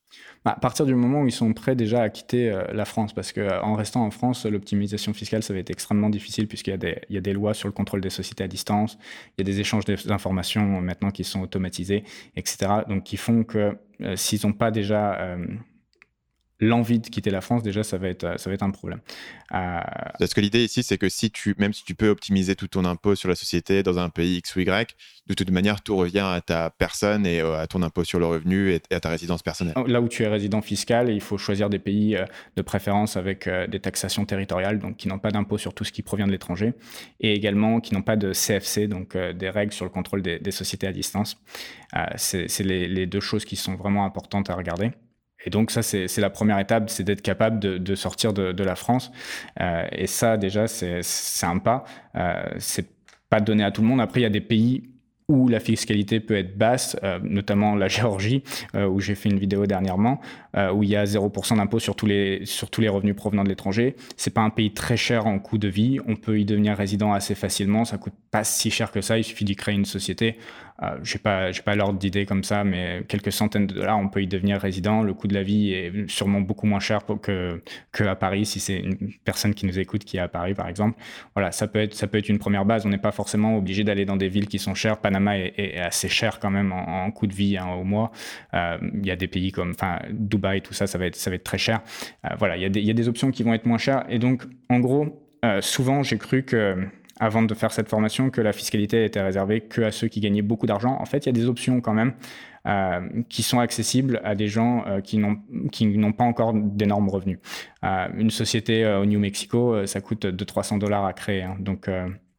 À partir du moment où ils sont prêts déjà à quitter euh, la France, parce qu'en restant en France, l'optimisation fiscale, ça va être extrêmement difficile, puisqu'il y a des, il y a des lois sur le contrôle des sociétés à distance, il y a des échanges d'informations maintenant qui sont automatisés, et cetera. Donc, qui font que euh, s'ils n'ont pas déjà euh, l'envie de quitter la France, déjà, ça va être, ça va être un problème. Euh... Parce que l'idée ici, c'est que si tu, même si tu peux optimiser tout ton impôt sur la société dans un pays X ou Y, de toute manière, tout revient à ta personne et à ton impôt sur le revenu et à ta résidence personnelle. Là où tu es résident fiscal, il faut choisir des pays de préférence avec des taxations territoriales, donc qui n'ont pas d'impôt sur tout ce qui provient de l'étranger, et également qui n'ont pas de C F C, donc des règles sur le contrôle des, des sociétés à distance. C'est, c'est les, les deux choses qui sont vraiment importantes à regarder. Et donc ça, c'est, c'est la première étape, c'est d'être capable de, de sortir de, de la France. Euh, et ça, déjà, c'est, c'est un pas. Euh, c'est pas donné à tout le monde. Après, il y a des pays où la fiscalité peut être basse, euh, notamment la Géorgie, euh, où j'ai fait une vidéo dernièrement, euh, où il y a zéro pour cent d'impôt sur tous les, sur tous les revenus provenant de l'étranger. C'est pas un pays très cher en coût de vie. On peut y devenir résident assez facilement. Ça coûte pas si cher que ça. Il suffit d'y créer une société. Euh, j'ai pas, j'ai pas l'ordre d'idée comme ça, mais quelques centaines de dollars, on peut y devenir résident. Le coût de la vie est sûrement beaucoup moins cher pour que, que à Paris, si c'est une personne qui nous écoute qui est à Paris, par exemple. Voilà, ça peut être, ça peut être une première base. On n'est pas forcément obligé d'aller dans des villes qui sont chères. Panama est, est assez cher quand même en, en coût de vie hein, au mois. Euh, il y a des pays comme, enfin, Dubaï, tout ça, ça va être, ça va être très cher. Euh, voilà, il y a des, il y a des options qui vont être moins chères. Et donc, en gros, euh, souvent, j'ai cru que avant de faire cette formation, que la fiscalité était réservée qu'à ceux qui gagnaient beaucoup d'argent. En fait, il y a des options quand même euh, qui sont accessibles à des gens euh, qui n'ont, qui n'ont pas encore d'énormes revenus. Euh, une société euh, au New Mexico, euh, ça coûte deux cents à trois cents dollars à créer. Hein, donc, euh,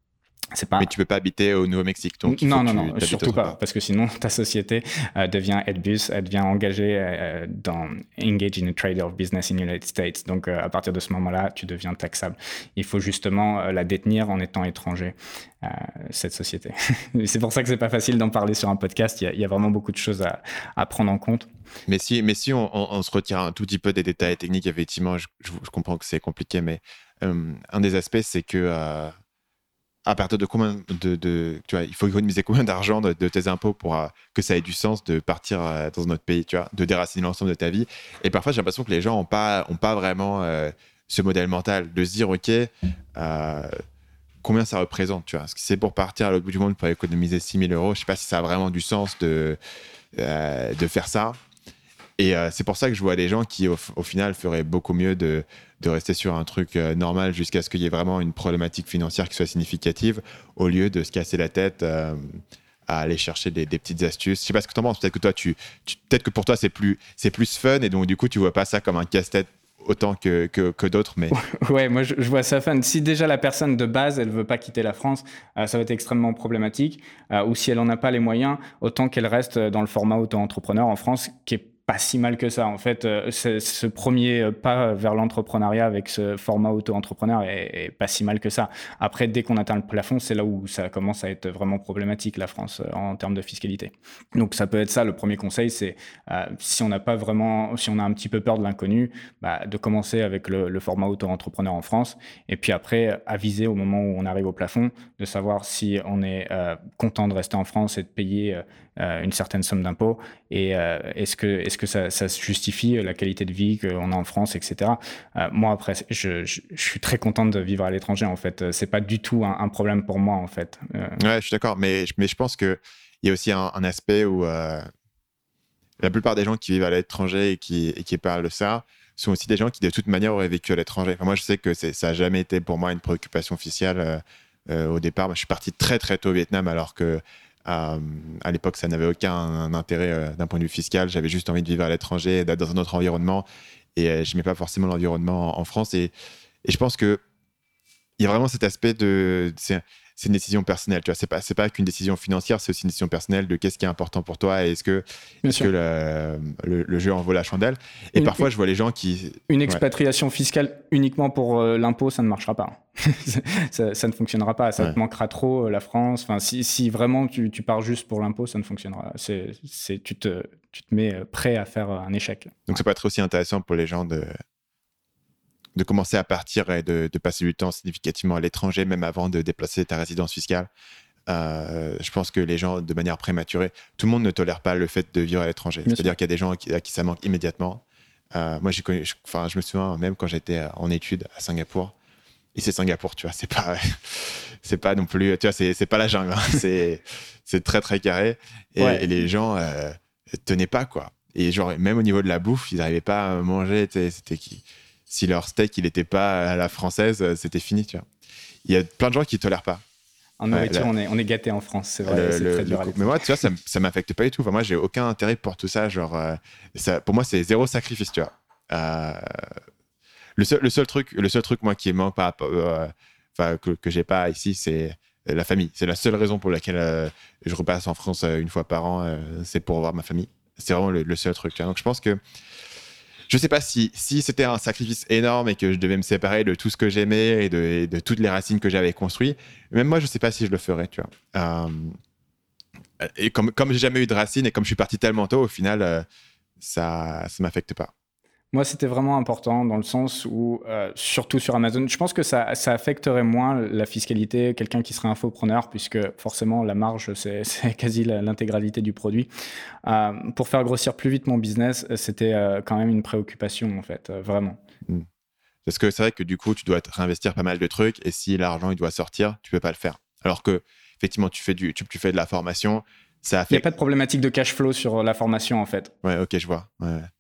C'est pas... Mais tu peux pas habiter au Nouveau-Mexique, donc il faut non, que non, tu non, t'habites surtout autre pas, part. parce que sinon ta société euh, devient Airbus, elle devient engagée euh, dans Engage in a Trade of Business in the United States. Donc euh, à partir de ce moment-là, tu deviens taxable. Il faut justement euh, la détenir en étant étranger, euh, cette société. C'est pour ça que c'est pas facile d'en parler sur un podcast. Il y a, il y a vraiment beaucoup de choses à, à prendre en compte. Mais si, mais si on, on, on se retire un tout petit peu des détails techniques, effectivement, je, je, je comprends que c'est compliqué, mais euh, un des aspects, c'est que euh, à partir de combien de, de tu vois, il faut économiser combien d'argent de, de tes impôts pour euh, que ça ait du sens de partir euh, dans un autre pays, tu vois, de déraciner l'ensemble de ta vie. Et parfois, j'ai l'impression que les gens n'ont pas, ont pas vraiment euh, ce modèle mental de se dire, ok, euh, combien ça représente, tu vois. Parce que c'est pour partir à l'autre bout du monde pour économiser six mille euros. Je sais pas si ça a vraiment du sens de, euh, de faire ça. Et euh, c'est pour ça que je vois des gens qui, au, au final, feraient beaucoup mieux de, de rester sur un truc euh, normal jusqu'à ce qu'il y ait vraiment une problématique financière qui soit significative, au lieu de se casser la tête euh, à aller chercher des, des petites astuces. Je sais pas ce que tu en penses. Peut-être que toi, tu, tu, peut-être que pour toi, c'est plus, c'est plus fun, et donc du coup, tu vois pas ça comme un casse-tête autant que, que, que d'autres. Mais... Ouais, moi, je, je vois ça fun. Si déjà la personne de base, elle veut pas quitter la France, euh, ça va être extrêmement problématique. Euh, ou si elle en a pas les moyens, autant qu'elle reste dans le format auto-entrepreneur en France, qui est pas si mal que ça. En fait, euh, ce premier pas vers l'entrepreneuriat avec ce format auto-entrepreneur est, est pas si mal que ça. Après, dès qu'on atteint le plafond, c'est là où ça commence à être vraiment problématique, la France, euh, en termes de fiscalité. Donc, ça peut être ça. Le premier conseil, c'est euh, si on n'a pas vraiment, si on a un petit peu peur de l'inconnu, bah, de commencer avec le, le format auto-entrepreneur en France. Et puis après, aviser au moment où on arrive au plafond, de savoir si on est euh, content de rester en France et de payer euh, une certaine somme d'impôts. Et euh, est-ce que, est-ce que ça, ça justifie la qualité de vie qu'on a en France, et cetera. Euh, moi, après, je, je, je suis très content de vivre à l'étranger, en fait. C'est pas du tout un, un problème pour moi, en fait. Euh... Ouais, je suis d'accord. Mais, mais je pense qu'il y a aussi un, un aspect où euh, la plupart des gens qui vivent à l'étranger et qui, et qui parlent de ça sont aussi des gens qui, de toute manière, auraient vécu à l'étranger. Enfin, moi, je sais que c'est, ça n'a jamais été pour moi une préoccupation officielle euh, euh, au départ. Moi, je suis parti très, très tôt au Vietnam, alors que Euh, à l'époque, ça n'avait aucun intérêt euh, d'un point de vue fiscal. J'avais juste envie de vivre à l'étranger, d'être dans un autre environnement. Et euh, je n'aimais pas forcément l'environnement en, en France. Et, et je pense qu'il y a vraiment cet aspect de... C'est, c'est une décision personnelle. Tu vois, c'est pas, c'est pas qu'une décision financière, c'est aussi une décision personnelle de qu'est-ce qui est important pour toi et est-ce que, est-ce que le, le, le jeu en vaut la chandelle. Et une, parfois, une, je vois les gens qui... Une expatriation ouais. fiscale uniquement pour euh, l'impôt, ça ne marchera pas. ça, ça ne fonctionnera pas. Ça ouais. te manquera trop, euh, la France. Enfin, si, si vraiment tu, tu pars juste pour l'impôt, ça ne fonctionnera. C'est, c'est, tu, te, tu te mets prêt à faire un échec. Donc, ça peut être aussi intéressant pour les gens de... de commencer à partir et de, de passer du temps significativement à l'étranger, même avant de déplacer ta résidence fiscale. Euh, je pense que les gens, de manière prématurée, tout le monde ne tolère pas le fait de vivre à l'étranger. Bien C'est-à-dire sûr. Qu'il y a des gens à qui, à qui ça manque immédiatement. Euh, moi, j'ai connu, je, enfin, je me souviens, même quand j'étais en études à Singapour, et c'est Singapour, tu vois, c'est pas, c'est pas non plus, tu vois, c'est, c'est pas la jungle, hein, c'est, c'est très, très carré. Et, ouais. et les gens euh, tenaient pas, quoi. Et genre, même au niveau de la bouffe, ils n'arrivaient pas à manger, c'était qui. Si leur steak il n'était pas à la française, c'était fini, tu vois. Il y a plein de gens qui ne tolèrent pas. En nourriture, ouais, on, est, on est gâté en France, c'est vrai, le, c'est le, très dur. Le, mais moi, tu vois, ça ne m'affecte pas du tout. Enfin, moi, j'ai aucun intérêt pour tout ça. Genre, euh, ça, pour moi, c'est zéro sacrifice, tu vois. Euh, le, seul, le, seul truc, le seul truc, moi, qui manque pas, euh, que, que j'ai pas ici, c'est la famille. C'est la seule raison pour laquelle euh, je repasse en France euh, une fois par an, euh, c'est pour voir ma famille. C'est vraiment le, le seul truc, tu vois. Donc, je pense que je sais pas si, si c'était un sacrifice énorme et que je devais me séparer de tout ce que j'aimais et de, et de toutes les racines que j'avais construites. Même moi, je sais pas si je le ferais, tu vois. Euh, et comme, comme j'ai jamais eu de racines et comme je suis parti tellement tôt, au final, euh, ça, ça m'affecte pas. Moi, c'était vraiment important dans le sens où, euh, surtout sur Amazon, je pense que ça, ça affecterait moins la fiscalité, quelqu'un qui serait infopreneur, puisque forcément, la marge, c'est, c'est quasi la, l'intégralité du produit. Euh, pour faire grossir plus vite mon business, c'était euh, quand même une préoccupation, en fait, euh, vraiment. Mmh. Parce que c'est vrai que du coup, tu dois réinvestir pas mal de trucs, et si l'argent, il doit sortir, tu peux pas le faire. Alors que, effectivement, tu fais, du, tu, tu fais de la formation, ça affecte... Il n'y a pas de problématique de cash flow sur la formation, en fait. Ouais, ok, je vois. Ouais.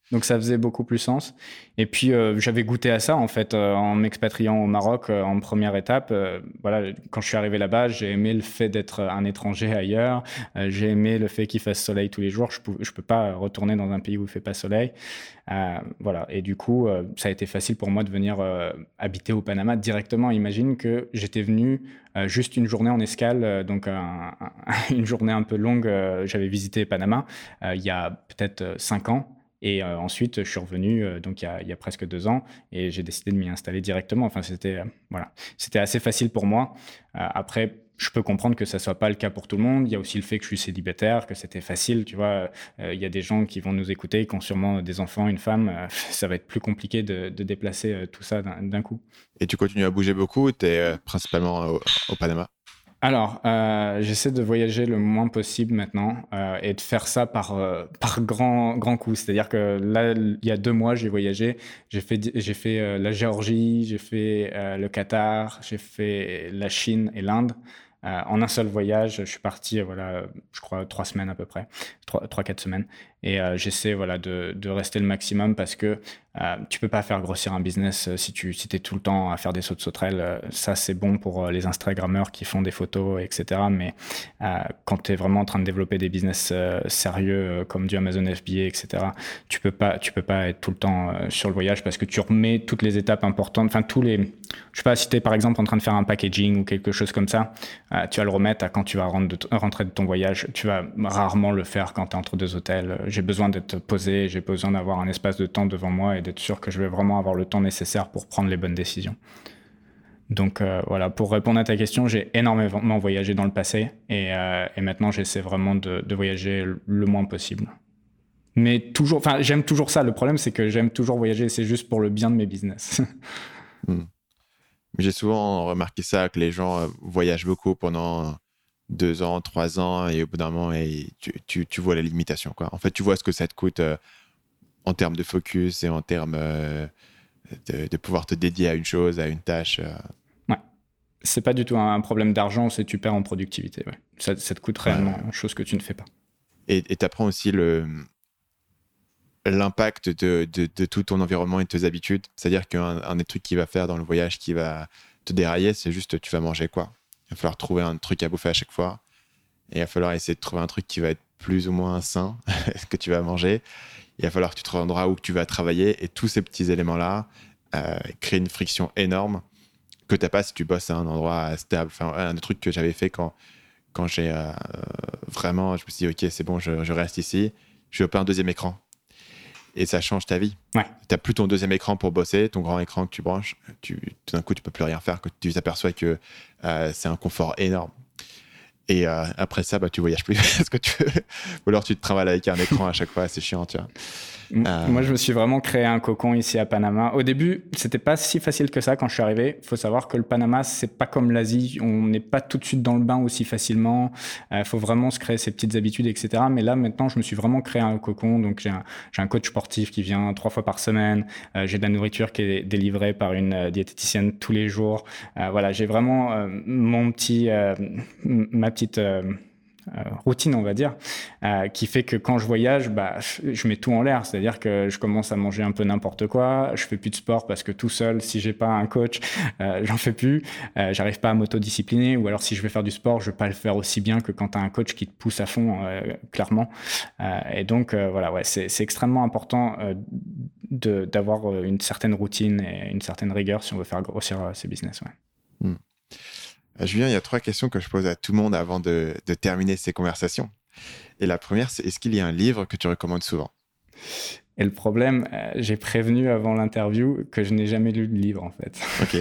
Donc ça faisait beaucoup plus sens. Et puis euh, j'avais goûté à ça en fait euh, en m'expatriant au Maroc euh, en première étape. Euh, voilà, quand je suis arrivé là-bas, j'ai aimé le fait d'être un étranger ailleurs. Euh, j'ai aimé le fait qu'il fasse soleil tous les jours. Je ne peux pas retourner dans un pays où il fait pas soleil. Euh, voilà. Et du coup, euh, ça a été facile pour moi de venir euh, habiter au Panama directement. Imagine que j'étais venu euh, juste une journée en escale, euh, donc un, un, une journée un peu longue. Euh, j'avais visité Panama euh, il y a peut-être euh, cinq ans. Et euh, ensuite, je suis revenu euh, donc il y, a, il y a presque deux ans et j'ai décidé de m'y installer directement. Enfin, c'était euh, voilà, c'était assez facile pour moi. Euh, après, je peux comprendre que ça soit pas le cas pour tout le monde. Il y a aussi le fait que je suis célibataire, que c'était facile. Tu vois, euh, il y a des gens qui vont nous écouter, qui ont sûrement des enfants, une femme. Euh, ça va être plus compliqué de, de déplacer euh, tout ça d'un, d'un coup. Et tu continues à bouger beaucoup, tu es euh, principalement au, au Panama? Alors, euh, j'essaie de voyager le moins possible maintenant euh, et de faire ça par, euh, par grand, grand coup. C'est-à-dire que là, il y a deux mois, j'ai voyagé. J'ai fait, j'ai fait euh, la Géorgie, j'ai fait euh, le Qatar, j'ai fait la Chine et l'Inde. Euh, en un seul voyage, je suis parti, euh, voilà, je crois, trois semaines à peu près, trois, trois quatre semaines. Et euh, j'essaie voilà, de, de rester le maximum parce que euh, tu peux pas faire grossir un business euh, si tu si t'es tout le temps à faire des sauts de sauterelles. Euh, ça, c'est bon pour euh, les Instagrammeurs qui font des photos, et cetera. Mais euh, quand tu es vraiment en train de développer des business euh, sérieux euh, comme du Amazon F B A, et cetera, tu peux pas, tu peux pas être tout le temps euh, sur le voyage parce que tu remets toutes les étapes importantes, enfin tous les... Je sais pas, si tu es par exemple en train de faire un packaging ou quelque chose comme ça, euh, tu vas le remettre à quand tu vas rentrer de, t- rentrer de ton voyage. Tu vas rarement le faire quand tu es entre deux hôtels. J'ai besoin d'être posé, j'ai besoin d'avoir un espace de temps devant moi et d'être sûr que je vais vraiment avoir le temps nécessaire pour prendre les bonnes décisions. Donc euh, voilà, pour répondre à ta question, j'ai énormément voyagé dans le passé et, euh, et maintenant j'essaie vraiment de, de voyager le moins possible. Mais toujours, enfin j'aime toujours ça. Le problème c'est que j'aime toujours voyager, c'est juste pour le bien de mes business. hmm. J'ai souvent remarqué ça, que les gens euh, voyagent beaucoup pendant deux ans, trois ans et au bout d'un moment, et tu, tu, tu vois la limitation, quoi. En fait, tu vois ce que ça te coûte euh, en termes de focus et en termes euh, de, de pouvoir te dédier à une chose, à une tâche. Euh. Ouais. C'est pas du tout un problème d'argent, c'est tu perds en productivité. Ouais. Ça, ça te coûte réellement, ouais. Chose que tu ne fais pas. Et tu apprends aussi le, l'impact de, de, de tout ton environnement et de tes habitudes. C'est-à-dire qu'un un des trucs qu'il va faire dans le voyage qui va te dérailler, c'est juste tu vas manger quoi. Il va falloir trouver un truc à bouffer à chaque fois. Et il va falloir essayer de trouver un truc qui va être plus ou moins sain que tu vas manger. Il va falloir que tu te rendras où tu vas travailler. Et tous ces petits éléments-là euh, créent une friction énorme que tu n'as pas si tu bosses à un endroit stable. Enfin, un des trucs que j'avais fait quand, quand j'ai euh, vraiment, je me suis dit, OK, c'est bon, je, je reste ici. Je vais pas un deuxième écran. Et ça change ta vie. Ouais. Tu n'as plus ton deuxième écran pour bosser, ton grand écran que tu branches. Tu, tout d'un coup, tu ne peux plus rien faire. Que tu t'aperçois que euh, c'est un confort énorme. Et euh, après ça, bah, tu voyages plus. Parce que tu... Ou alors tu te travailles avec un écran à chaque fois. C'est chiant, tu vois. Euh... Moi, je me suis vraiment créé un cocon ici à Panama. Au début, c'était pas si facile que ça quand je suis arrivé. Il faut savoir que le Panama, c'est pas comme l'Asie. On n'est pas tout de suite dans le bain aussi facilement. Il euh, faut vraiment se créer ses petites habitudes, et cetera. Mais là, maintenant, je me suis vraiment créé un cocon. Donc, j'ai un, j'ai un coach sportif qui vient trois fois par semaine. Euh, j'ai de la nourriture qui est délivrée par une euh, diététicienne tous les jours. Euh, voilà, j'ai vraiment euh, mon petit, euh, ma petite euh, Euh, routine, on va dire, euh, qui fait que quand je voyage, bah, je mets tout en l'air. C'est-à-dire que je commence à manger un peu n'importe quoi. Je fais plus de sport parce que tout seul, si j'ai pas un coach, euh, j'en fais plus. Euh, j'arrive pas à m'autodiscipliner. Ou alors, si je vais faire du sport, je vais pas le faire aussi bien que quand tu as un coach qui te pousse à fond, euh, clairement. Euh, et donc, euh, voilà, ouais, c'est, c'est extrêmement important euh, de, d'avoir une certaine routine et une certaine rigueur si on veut faire grossir euh, ses business. Ouais. Hmm. Julien, il y a trois questions que je pose à tout le monde avant de, de terminer ces conversations. Et la première, c'est est-ce qu'il y a un livre que tu recommandes souvent ? Et le problème, euh, j'ai prévenu avant l'interview que je n'ai jamais lu de livre, en fait. Ok.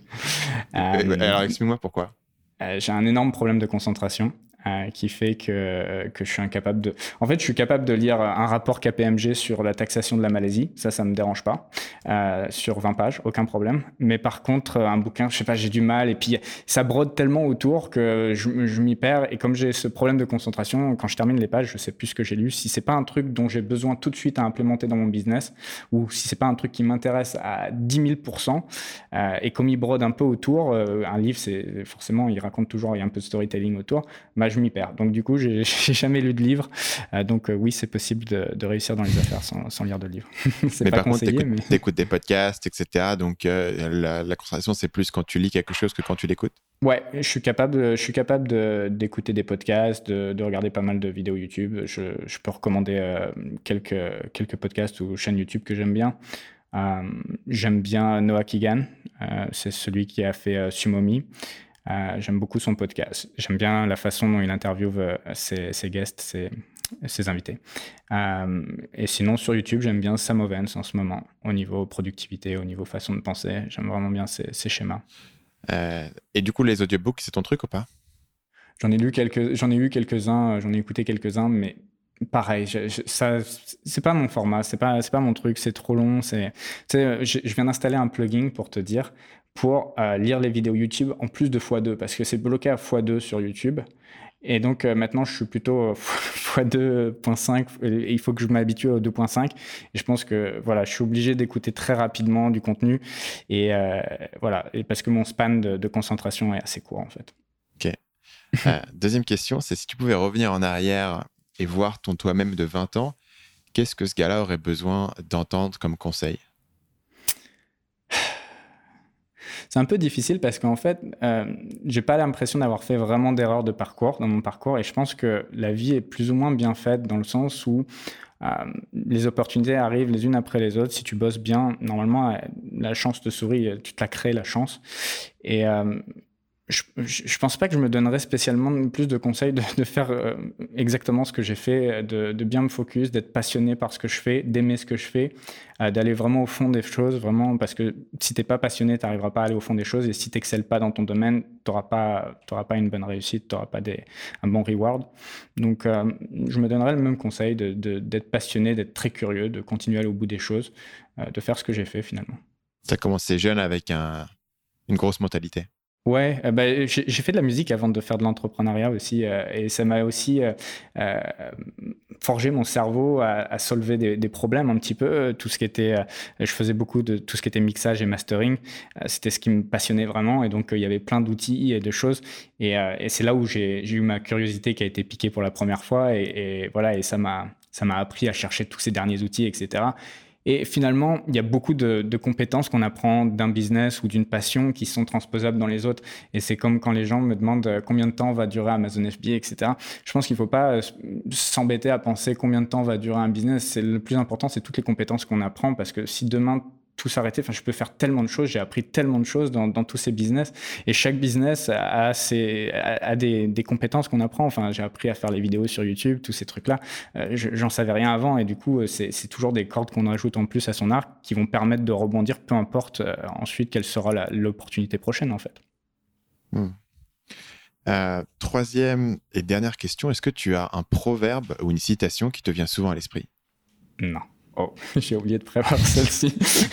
euh, Alors, explique-moi pourquoi. Euh, j'ai un énorme problème de concentration. Euh, qui fait que, que je suis incapable de... En fait, je suis capable de lire un rapport K P M G sur la taxation de la Malaisie. Ça, ça me dérange pas. Euh, sur vingt pages, aucun problème. Mais par contre, un bouquin, je sais pas, j'ai du mal. Et puis, ça brode tellement autour que je, je m'y perds. Et comme j'ai ce problème de concentration, quand je termine les pages, je sais plus ce que j'ai lu. Si c'est pas un truc dont j'ai besoin tout de suite à implémenter dans mon business, ou si c'est pas un truc qui m'intéresse à dix mille pour cent, euh, et comme il brode un peu autour, euh, un livre, c'est forcément, il raconte toujours, il y a un peu de storytelling autour, bah, je m'y perds. Donc, du coup, j'ai, j'ai jamais lu de livre. Euh, donc, euh, oui, c'est possible de, de réussir dans les affaires sans, sans lire de livre. c'est mais pas par conseillé, contre, t'écoutes, mais... t'écoutes des podcasts, et cetera. Donc, euh, la, la concentration, c'est plus quand tu lis quelque chose que quand tu l'écoutes. Ouais, je suis capable, de- je suis capable de, d'écouter des podcasts, de, de regarder pas mal de vidéos YouTube. Je, je peux recommander euh, quelques, quelques podcasts ou chaînes YouTube que j'aime bien. Euh, j'aime bien Noah Kagan, euh, c'est celui qui a fait euh, Sumomi. Euh, j'aime beaucoup son podcast. J'aime bien la façon dont il interviewe euh, ses, ses guests, ses, ses invités. Euh, et sinon, sur YouTube, j'aime bien Sam Ovens en ce moment, au niveau productivité, au niveau façon de penser. J'aime vraiment bien ses, ses schémas. Euh, et du coup, les audiobooks, c'est ton truc ou pas? J'en ai lu quelques, j'en ai eu quelques-uns, euh, j'en ai écouté quelques-uns, mais pareil, je, je- ça, c'est pas mon format, c'est pas, c'est pas mon truc, c'est trop long. C'est, tu sais, euh, je, je viens d'installer un plugin pour te dire, pour euh, lire les vidéos YouTube en plus de fois deux, parce que c'est bloqué à fois deux sur YouTube. Et donc euh, maintenant, je suis plutôt euh, fois deux point cinq, et il faut que je m'habitue au deux point cinq. Et je pense que voilà, je suis obligé d'écouter très rapidement du contenu, et euh, voilà, et parce que mon span de, de concentration est assez court en fait. Ok. Euh, deuxième question, c'est si tu pouvais revenir en arrière et voir ton toi-même de vingt ans, qu'est-ce que ce gars-là aurait besoin d'entendre comme conseil? C'est un peu difficile parce qu'en fait, euh, j'ai pas l'impression d'avoir fait vraiment d'erreur de parcours dans mon parcours, et je pense que la vie est plus ou moins bien faite dans le sens où euh, les opportunités arrivent les unes après les autres. Si tu bosses bien, normalement, euh, la chance te sourit, euh, tu te la crées, la chance. Et euh, je, je je pense pas que je me donnerais spécialement plus de conseils de, de faire euh, exactement ce que j'ai fait, de, de bien me focus, d'être passionné par ce que je fais, d'aimer ce que je fais, euh, d'aller vraiment au fond des choses, vraiment, parce que si t'es pas passionné, t'arriveras pas à aller au fond des choses, et si t'excelles pas dans ton domaine, t'auras pas, t'auras pas une bonne réussite, t'auras pas des, un bon reward. Donc, euh, je me donnerais le même conseil de, de- d'être passionné, d'être très curieux, de continuer à aller au bout des choses, euh, de faire ce que j'ai fait finalement. Tu as commencé jeune avec un, une grosse mentalité. Ouais, euh, bah, j'ai j'ai fait de la musique avant de faire de l'entrepreneuriat aussi, euh, et ça m'a aussi euh, euh, forgé mon cerveau à, à solver des, des problèmes un petit peu. euh, Tout ce qui était, euh, je faisais beaucoup de tout ce qui était mixage et mastering. Euh, c'était ce qui me passionnait vraiment, et donc euh, il y avait plein d'outils et de choses. Et, euh, et c'est là où j'ai j'ai eu ma curiosité qui a été piquée pour la première fois, et, et voilà, et ça m'a ça m'a appris à chercher tous ces derniers outils, et cetera. Et finalement, il y a beaucoup de, de compétences qu'on apprend d'un business ou d'une passion qui sont transposables dans les autres. Et c'est comme quand les gens me demandent euh, combien de temps va durer Amazon F B A, et cetera. Je pense qu'il ne faut pas euh, s'embêter à penser combien de temps va durer un business. C'est le plus important, c'est toutes les compétences qu'on apprend, parce que si demain tout s'arrêtait, enfin, je peux faire tellement de choses, j'ai appris tellement de choses dans, dans tous ces business, et chaque business a, a, ses, a, a des, des compétences qu'on apprend. Enfin, j'ai appris à faire les vidéos sur YouTube, tous ces trucs-là. Euh, je, j'en savais rien avant, et du coup, c'est, c'est toujours des cordes qu'on ajoute en plus à son arc qui vont permettre de rebondir, peu importe euh, ensuite quelle sera la, l'opportunité prochaine, en fait. Hmm. Euh, troisième et dernière question, est-ce que tu as un proverbe ou une citation qui te vient souvent à l'esprit? Non. Oh, j'ai oublié de prévoir celle-ci.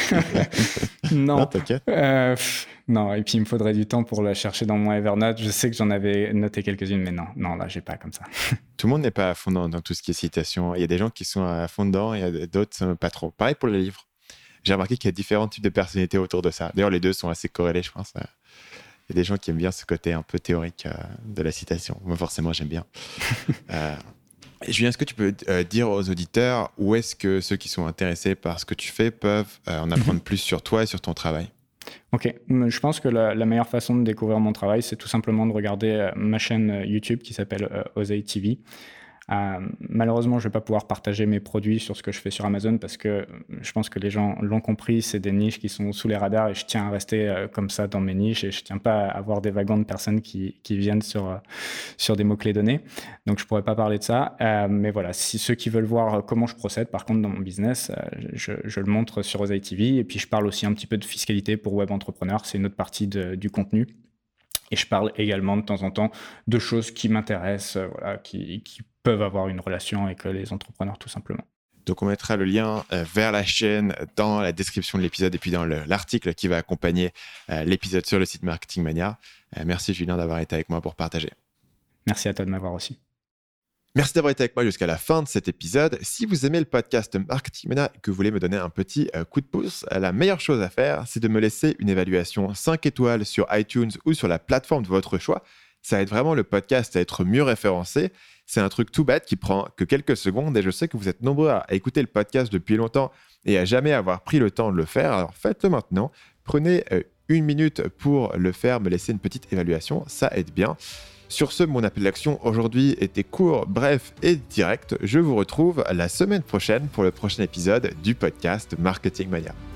non. Non, t'inquiète. Euh, pff, non, et puis il me faudrait du temps pour la chercher dans mon Evernote. Je sais que j'en avais noté quelques-unes, mais non, non, là, j'ai pas comme ça. Tout le monde n'est pas à fond dans, dans tout ce qui est citation. Il y a des gens qui sont à fond dedans, et il y a d'autres euh, pas trop. Pareil pour les livres. J'ai remarqué qu'il y a différents types de personnalités autour de ça. D'ailleurs, les deux sont assez corrélés, je pense. Il y a des gens qui aiment bien ce côté un peu théorique euh, de la citation. Moi, forcément, j'aime bien. euh, Julien, est-ce que tu peux euh, dire aux auditeurs où est-ce que ceux qui sont intéressés par ce que tu fais peuvent euh, en apprendre plus sur toi et sur ton travail? Ok, je pense que la, la meilleure façon de découvrir mon travail, c'est tout simplement de regarder euh, ma chaîne YouTube qui s'appelle euh, Osei T V. Euh, malheureusement, je ne vais pas pouvoir partager mes produits sur ce que je fais sur Amazon, parce que je pense que les gens l'ont compris, c'est des niches qui sont sous les radars, et je tiens à rester euh, comme ça dans mes niches, et je ne tiens pas à avoir des wagons de personnes qui, qui viennent sur, euh, sur des mots-clés donnés. Donc, je ne pourrais pas parler de ça. Euh, mais voilà, si ceux qui veulent voir comment je procède, par contre, dans mon business, euh, je, je le montre sur Osei T V. Et puis, je parle aussi un petit peu de fiscalité pour web entrepreneurs. C'est une autre partie de, du contenu. Et je parle également de temps en temps de choses qui m'intéressent, euh, voilà, qui, qui peuvent avoir une relation avec euh, les entrepreneurs, tout simplement. Donc, on mettra le lien euh, vers la chaîne dans la description de l'épisode et puis dans le, l'article qui va accompagner euh, l'épisode sur le site Marketing Mania. Euh, merci Julien d'avoir été avec moi pour partager. Merci à toi de m'avoir aussi. Merci d'avoir été avec moi jusqu'à la fin de cet épisode. Si vous aimez le podcast Marketing Mania et que vous voulez me donner un petit euh, coup de pouce, la meilleure chose à faire, c'est de me laisser une évaluation cinq étoiles sur iTunes ou sur la plateforme de votre choix. Ça aide vraiment le podcast à être mieux référencé. C'est un truc tout bête qui prend que quelques secondes et je sais que vous êtes nombreux à écouter le podcast depuis longtemps et à jamais avoir pris le temps de le faire. Alors faites-le maintenant. Prenez euh, une minute pour le faire, me laisser une petite évaluation, ça aide bien. Sur ce, mon appel d'action aujourd'hui était court, bref et direct. Je vous retrouve la semaine prochaine pour le prochain épisode du podcast Marketing Mania.